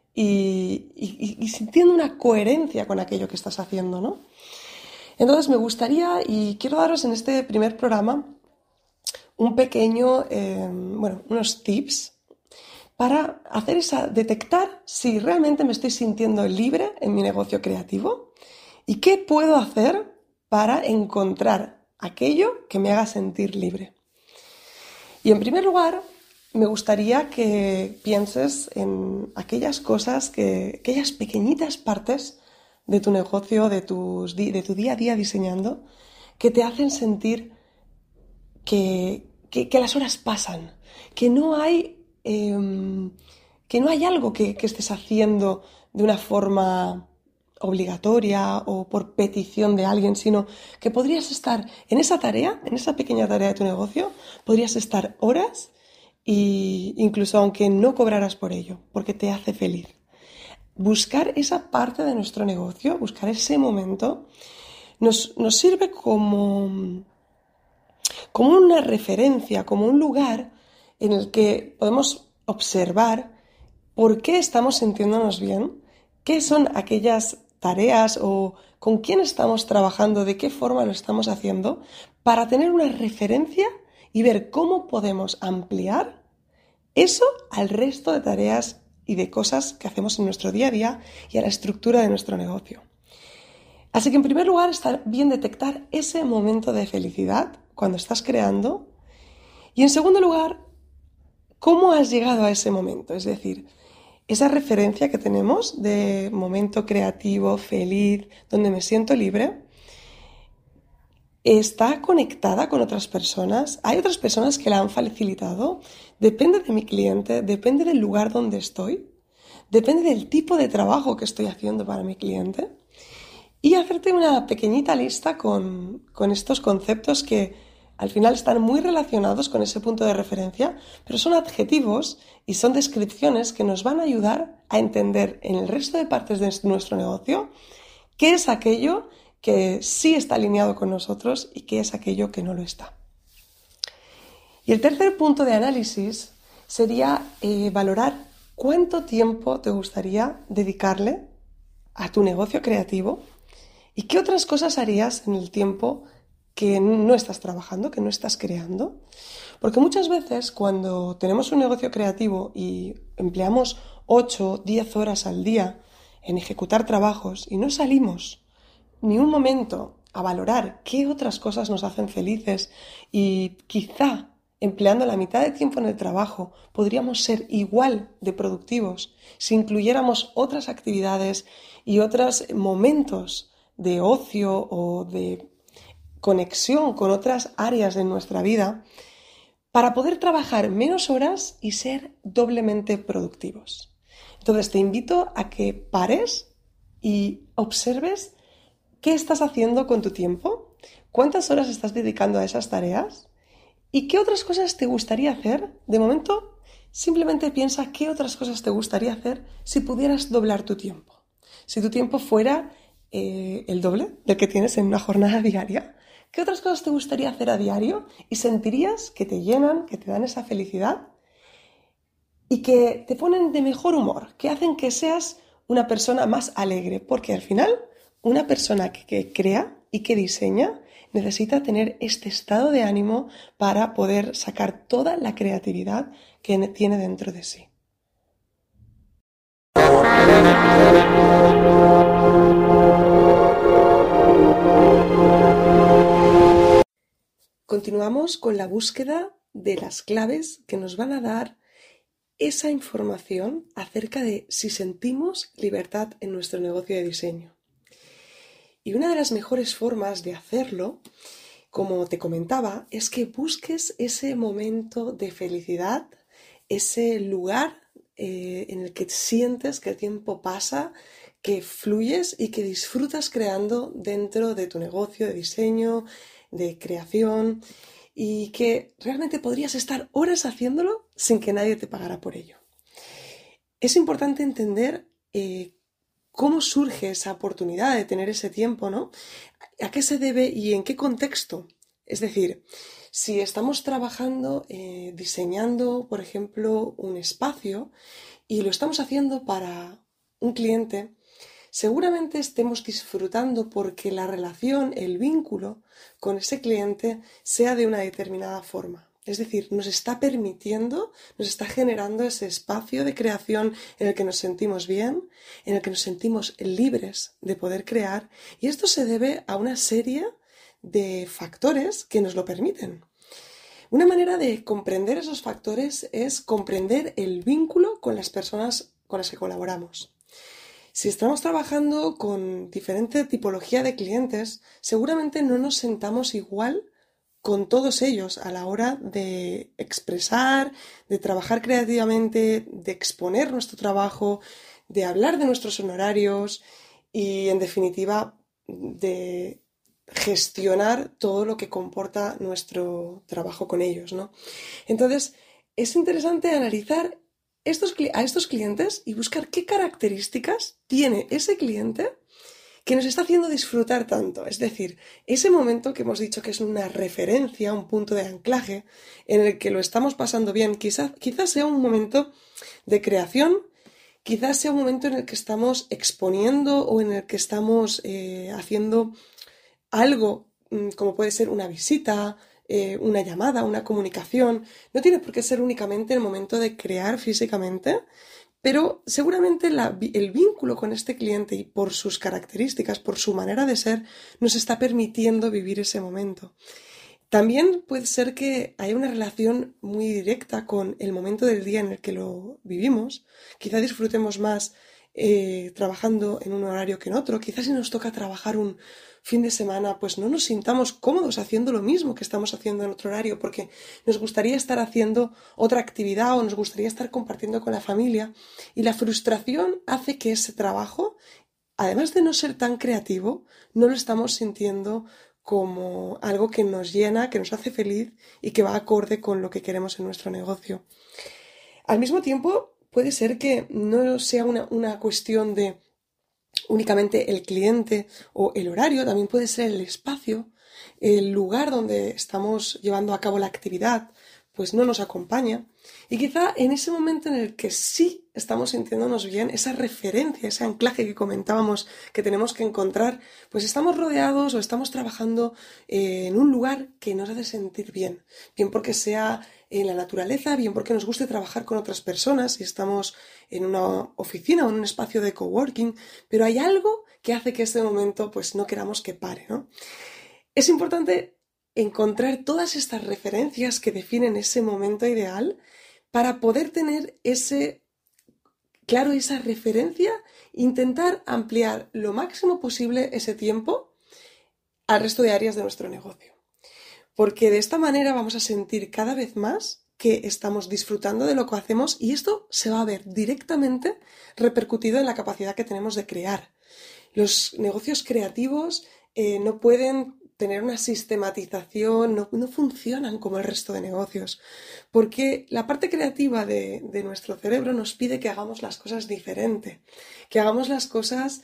y sintiendo una coherencia con aquello que estás haciendo, ¿no? Entonces me gustaría, y quiero daros en este primer programa un pequeño, unos tips para detectar si realmente me estoy sintiendo libre en mi negocio creativo y qué puedo hacer para encontrar aquello que me haga sentir libre. Y en primer lugar, me gustaría que pienses en aquellas cosas, aquellas pequeñitas partes de tu negocio, de tu día a día diseñando, que te hacen sentir que las horas pasan, que no hay algo que estés haciendo de una forma obligatoria o por petición de alguien, sino que podrías estar en esa tarea, en esa pequeña tarea de tu negocio, podrías estar horas e incluso aunque no cobraras por ello, porque te hace feliz. Buscar esa parte de nuestro negocio, buscar ese momento, nos sirve como una referencia, como un lugar en el que podemos observar por qué estamos sintiéndonos bien, qué son aquellas tareas o con quién estamos trabajando, de qué forma lo estamos haciendo, para tener una referencia y ver cómo podemos ampliar eso al resto de tareas y de cosas que hacemos en nuestro día a día y a la estructura de nuestro negocio. Así que en primer lugar está bien detectar ese momento de felicidad cuando estás creando y en segundo lugar, ¿cómo has llegado a ese momento? Es decir, esa referencia que tenemos de momento creativo, feliz, donde me siento libre, ¿está conectada con otras personas? ¿Hay otras personas que la han facilitado? ¿Depende de mi cliente? ¿Depende del lugar donde estoy? ¿Depende del tipo de trabajo que estoy haciendo para mi cliente? Y hacerte una pequeñita lista con estos conceptos que al final están muy relacionados con ese punto de referencia, pero son adjetivos y son descripciones que nos van a ayudar a entender en el resto de partes de nuestro negocio qué es aquello que sí está alineado con nosotros y qué es aquello que no lo está. Y el tercer punto de análisis sería valorar cuánto tiempo te gustaría dedicarle a tu negocio creativo y qué otras cosas harías en el tiempo que no estás trabajando, que no estás creando. Porque muchas veces cuando tenemos un negocio creativo y empleamos 8 o 10 horas al día en ejecutar trabajos y no salimos ni un momento a valorar qué otras cosas nos hacen felices y quizá empleando la mitad de tiempo en el trabajo podríamos ser igual de productivos si incluyéramos otras actividades y otros momentos de ocio o de conexión con otras áreas de nuestra vida para poder trabajar menos horas y ser doblemente productivos. Entonces te invito a que pares y observes qué estás haciendo con tu tiempo, cuántas horas estás dedicando a esas tareas y qué otras cosas te gustaría hacer. De momento, simplemente piensa qué otras cosas te gustaría hacer si pudieras doblar tu tiempo. Si tu tiempo fuera el doble del que tienes en una jornada diaria, ¿qué otras cosas te gustaría hacer a diario y sentirías que te llenan, que te dan esa felicidad y que te ponen de mejor humor, que hacen que seas una persona más alegre? Porque al final, una persona que crea y que diseña necesita tener este estado de ánimo para poder sacar toda la creatividad que tiene dentro de sí. Continuamos con la búsqueda de las claves que nos van a dar esa información acerca de si sentimos libertad en nuestro negocio de diseño. Y una de las mejores formas de hacerlo, como te comentaba, es que busques ese momento de felicidad, ese lugar en el que sientes que el tiempo pasa, que fluyes y que disfrutas creando dentro de tu negocio de diseño, de creación, y que realmente podrías estar horas haciéndolo sin que nadie te pagara por ello. Es importante entender cómo surge esa oportunidad de tener ese tiempo, ¿no? ¿A qué se debe y en qué contexto? Es decir, si estamos trabajando, diseñando, por ejemplo, un espacio y lo estamos haciendo para un cliente, seguramente estemos disfrutando porque la relación, el vínculo con ese cliente sea de una determinada forma. Es decir, nos está permitiendo, nos está generando ese espacio de creación en el que nos sentimos bien, en el que nos sentimos libres de poder crear, y esto se debe a una serie de factores que nos lo permiten. Una manera de comprender esos factores es comprender el vínculo con las personas con las que colaboramos. Si estamos trabajando con diferente tipología de clientes, seguramente no nos sentamos igual con todos ellos a la hora de expresar, de trabajar creativamente, de exponer nuestro trabajo, de hablar de nuestros honorarios y, en definitiva, de gestionar todo lo que comporta nuestro trabajo con ellos, ¿no? Entonces, es interesante analizar a estos clientes y buscar qué características tiene ese cliente que nos está haciendo disfrutar tanto. Es decir, ese momento que hemos dicho que es una referencia, un punto de anclaje en el que lo estamos pasando bien, quizás sea un momento de creación, quizás sea un momento en el que estamos exponiendo o en el que estamos haciendo algo, como puede ser una visita, una llamada, una comunicación. No tiene por qué ser únicamente el momento de crear físicamente, pero seguramente el vínculo con este cliente y por sus características, por su manera de ser, nos está permitiendo vivir ese momento. También puede ser que haya una relación muy directa con el momento del día en el que lo vivimos. Quizá disfrutemos más trabajando en un horario que en otro. Quizás si nos toca trabajar un fin de semana, pues no nos sintamos cómodos haciendo lo mismo que estamos haciendo en otro horario, porque nos gustaría estar haciendo otra actividad o nos gustaría estar compartiendo con la familia. Y la frustración hace que ese trabajo, además de no ser tan creativo, no lo estamos sintiendo como algo que nos llena, que nos hace feliz y que va acorde con lo que queremos en nuestro negocio. Al mismo tiempo, puede ser que no sea una cuestión de únicamente el cliente o el horario, también puede ser el espacio, el lugar donde estamos llevando a cabo la actividad, pues no nos acompaña. Y quizá en ese momento en el que sí estamos sintiéndonos bien, esa referencia, ese anclaje que comentábamos que tenemos que encontrar, pues estamos rodeados o estamos trabajando en un lugar que nos hace sentir bien. Bien porque sea en la naturaleza, bien porque nos guste trabajar con otras personas, si estamos en una oficina o en un espacio de coworking, pero hay algo que hace que ese momento pues no queramos que pare, ¿no? Es importante encontrar todas estas referencias que definen ese momento ideal para poder tener esa referencia, intentar ampliar lo máximo posible ese tiempo al resto de áreas de nuestro negocio. Porque de esta manera vamos a sentir cada vez más que estamos disfrutando de lo que hacemos y esto se va a ver directamente repercutido en la capacidad que tenemos de crear. Los negocios creativos no pueden tener una sistematización, no funcionan como el resto de negocios, porque la parte creativa de nuestro cerebro nos pide que hagamos las cosas diferente, que hagamos las cosas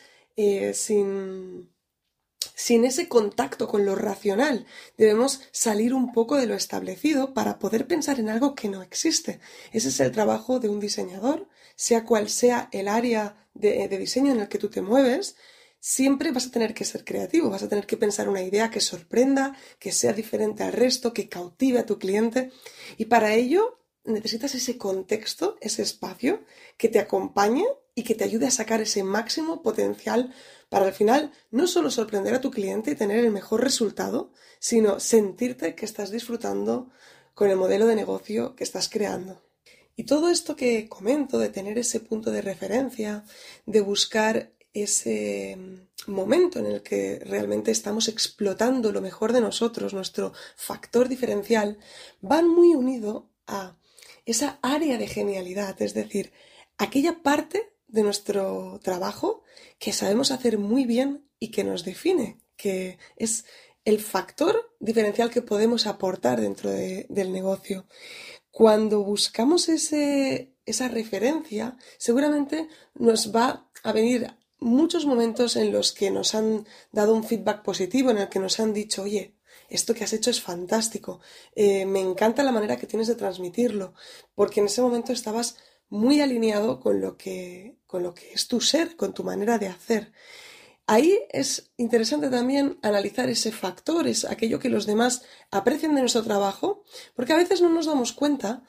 sin ese contacto con lo racional. Debemos salir un poco de lo establecido para poder pensar en algo que no existe. Ese es el trabajo de un diseñador, sea cual sea el área de diseño en el que tú te mueves. Siempre vas a tener que ser creativo, vas a tener que pensar una idea que sorprenda, que sea diferente al resto, que cautive a tu cliente. Y para ello necesitas ese contexto, ese espacio que te acompañe y que te ayude a sacar ese máximo potencial para al final no solo sorprender a tu cliente y tener el mejor resultado, sino sentirte que estás disfrutando con el modelo de negocio que estás creando. Y todo esto que comento de tener ese punto de referencia, de buscar ese momento en el que realmente estamos explotando lo mejor de nosotros, nuestro factor diferencial, van muy unido a esa área de genialidad, es decir, aquella parte de nuestro trabajo que sabemos hacer muy bien y que nos define, que es el factor diferencial que podemos aportar dentro del negocio. Cuando buscamos esa referencia, seguramente nos va a venir muchos momentos en los que nos han dado un feedback positivo, en el que nos han dicho, oye, esto que has hecho es fantástico, me encanta la manera que tienes de transmitirlo, porque en ese momento estabas muy alineado con lo que es tu ser, con tu manera de hacer. Ahí es interesante también analizar ese factor, es aquello que los demás aprecian de nuestro trabajo, porque a veces no nos damos cuenta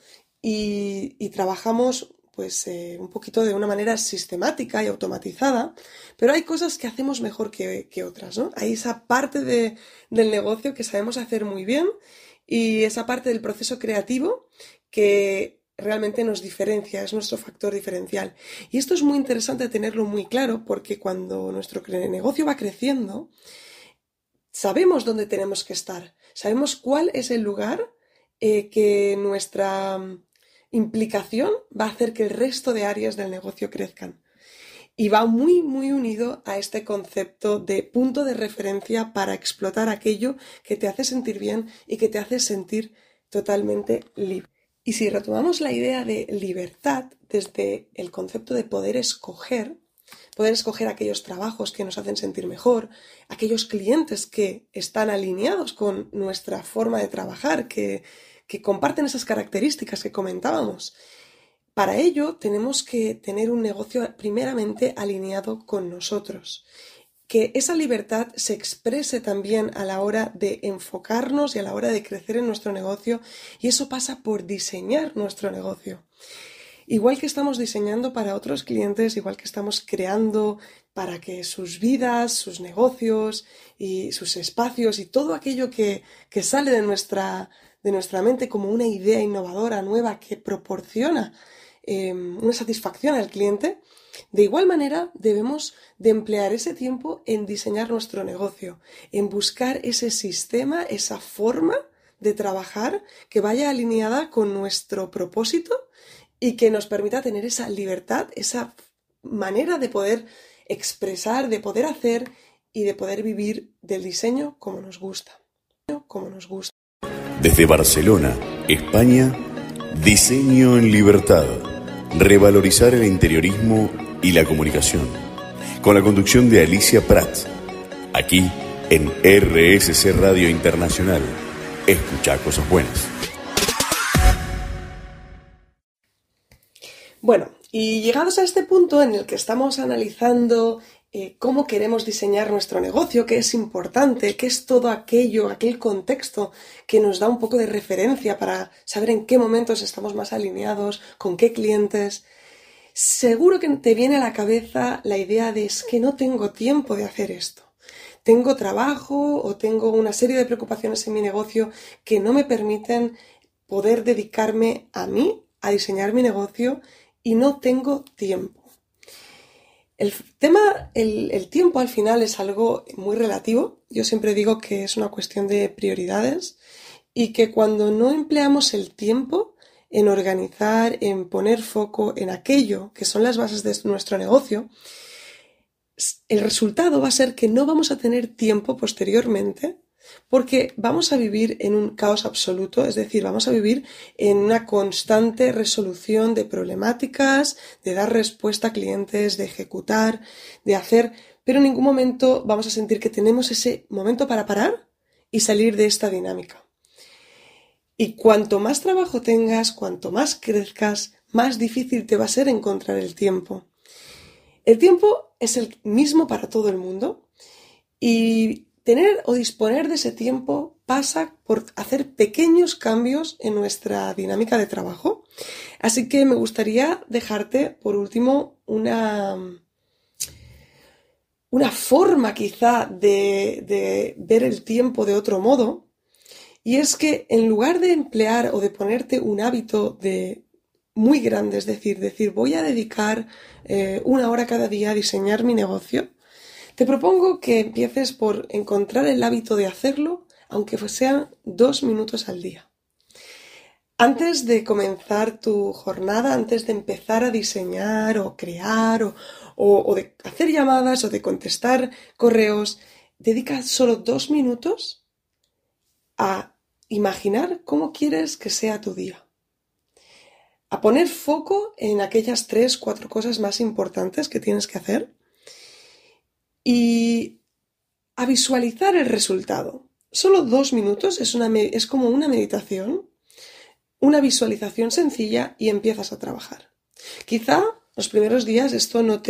y trabajamos pues un poquito de una manera sistemática y automatizada, pero hay cosas que hacemos mejor que otras, ¿no? Hay esa parte del negocio que sabemos hacer muy bien y esa parte del proceso creativo que realmente nos diferencia, es nuestro factor diferencial. Y esto es muy interesante tenerlo muy claro porque cuando nuestro negocio va creciendo, sabemos dónde tenemos que estar, sabemos cuál es el lugar que nuestra implicación va a hacer que el resto de áreas del negocio crezcan. Y va muy, muy unido a este concepto de punto de referencia para explotar aquello que te hace sentir bien y que te hace sentir totalmente libre. Y si retomamos la idea de libertad desde el concepto de poder escoger aquellos trabajos que nos hacen sentir mejor, aquellos clientes que están alineados con nuestra forma de trabajar, que comparten esas características que comentábamos. Para ello tenemos que tener un negocio primeramente alineado con nosotros. Que esa libertad se exprese también a la hora de enfocarnos y a la hora de crecer en nuestro negocio, y eso pasa por diseñar nuestro negocio. Igual que estamos diseñando para otros clientes, igual que estamos creando para que sus vidas, sus negocios y sus espacios y todo aquello que sale de nuestra mente como una idea innovadora, nueva, que proporciona una satisfacción al cliente, de igual manera debemos de emplear ese tiempo en diseñar nuestro negocio, en buscar ese sistema, esa forma de trabajar que vaya alineada con nuestro propósito y que nos permita tener esa libertad, esa manera de poder expresar, de poder hacer y de poder vivir del diseño como nos gusta. Desde Barcelona, España, Diseño en Libertad. Revalorizar el interiorismo y la comunicación. Con la conducción de Alicia Prats. Aquí en RSC Radio Internacional. Escucha cosas buenas. Bueno, y llegados a este punto en el que estamos analizando cómo queremos diseñar nuestro negocio, qué es importante, qué es todo aquel contexto que nos da un poco de referencia para saber en qué momentos estamos más alineados, con qué clientes, seguro que te viene a la cabeza la idea de es que no tengo tiempo de hacer esto. Tengo trabajo o tengo una serie de preocupaciones en mi negocio que no me permiten poder dedicarme a mí, a diseñar mi negocio, y no tengo tiempo. El tiempo al final es algo muy relativo. Yo siempre digo que es una cuestión de prioridades y que cuando no empleamos el tiempo en organizar, en poner foco en aquello que son las bases de nuestro negocio, el resultado va a ser que no vamos a tener tiempo posteriormente porque vamos a vivir en un caos absoluto, es decir, vamos a vivir en una constante resolución de problemáticas, de dar respuesta a clientes, de ejecutar, de hacer, pero en ningún momento vamos a sentir que tenemos ese momento para parar y salir de esta dinámica. Y cuanto más trabajo tengas, cuanto más crezcas, más difícil te va a ser encontrar el tiempo. El tiempo es el mismo para todo el mundo y tener o disponer de ese tiempo pasa por hacer pequeños cambios en nuestra dinámica de trabajo. Así que me gustaría dejarte, por último, una forma quizá de ver el tiempo de otro modo. Y es que en lugar de emplear o de ponerte un hábito muy grande, es decir, voy a dedicar 1 hora cada día a diseñar mi negocio, te propongo que empieces por encontrar el hábito de hacerlo, aunque sean 2 minutos al día. Antes de comenzar tu jornada, antes de empezar a diseñar o crear o de hacer llamadas o de contestar correos, dedica solo 2 minutos a imaginar cómo quieres que sea tu día. A poner foco en aquellas 3, 4 cosas más importantes que tienes que hacer y a visualizar el resultado. Solo 2 minutos, es como una meditación, una visualización sencilla y empiezas a trabajar. Quizá los primeros días esto no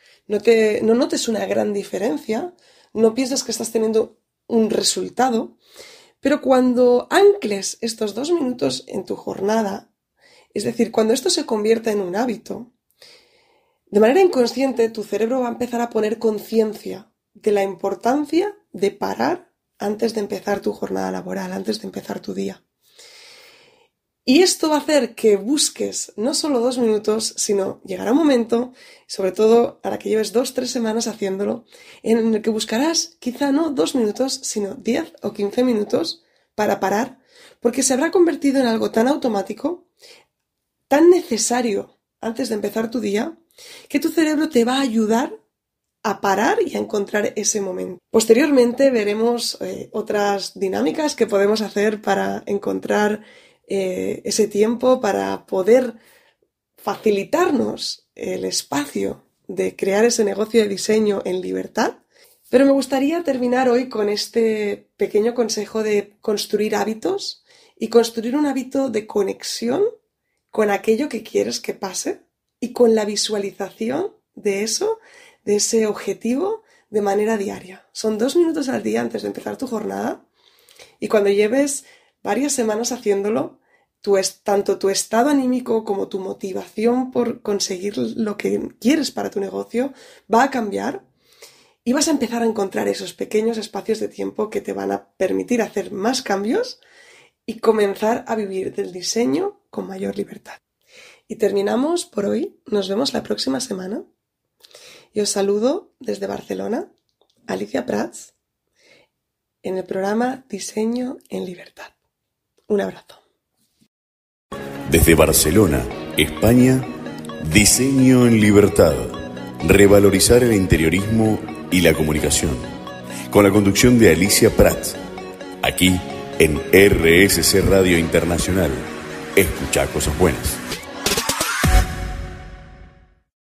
notes una gran diferencia, no pienses que estás teniendo un resultado, pero cuando ancles estos 2 minutos en tu jornada, es decir, cuando esto se convierta en un hábito, de manera inconsciente tu cerebro va a empezar a poner conciencia de la importancia de parar antes de empezar tu jornada laboral, antes de empezar tu día. Y esto va a hacer que busques no solo 2 minutos, sino llegará un momento, sobre todo ahora que lleves 2-3 semanas haciéndolo, en el que buscarás quizá no 2 minutos, sino 10 o 15 minutos para parar, porque se habrá convertido en algo tan automático, tan necesario antes de empezar tu día, que tu cerebro te va a ayudar a parar y a encontrar ese momento. Posteriormente veremos otras dinámicas que podemos hacer para encontrar ese tiempo, para poder facilitarnos el espacio de crear ese negocio de diseño en libertad. Pero me gustaría terminar hoy con este pequeño consejo de construir hábitos y construir un hábito de conexión con aquello que quieres que pase y con la visualización de eso, de ese objetivo de manera diaria. Son 2 minutos al día antes de empezar tu jornada y cuando lleves varias semanas haciéndolo, tanto tu estado anímico como tu motivación por conseguir lo que quieres para tu negocio va a cambiar y vas a empezar a encontrar esos pequeños espacios de tiempo que te van a permitir hacer más cambios y comenzar a vivir del diseño con mayor libertad. Y terminamos por hoy. Nos vemos la próxima semana. Y os saludo desde Barcelona, Alicia Prats, en el programa Diseño en Libertad. Un abrazo. Desde Barcelona, España, Diseño en Libertad. Revalorizar el interiorismo y la comunicación. Con la conducción de Alicia Prats. Aquí en RSC Radio Internacional. Escucha cosas buenas.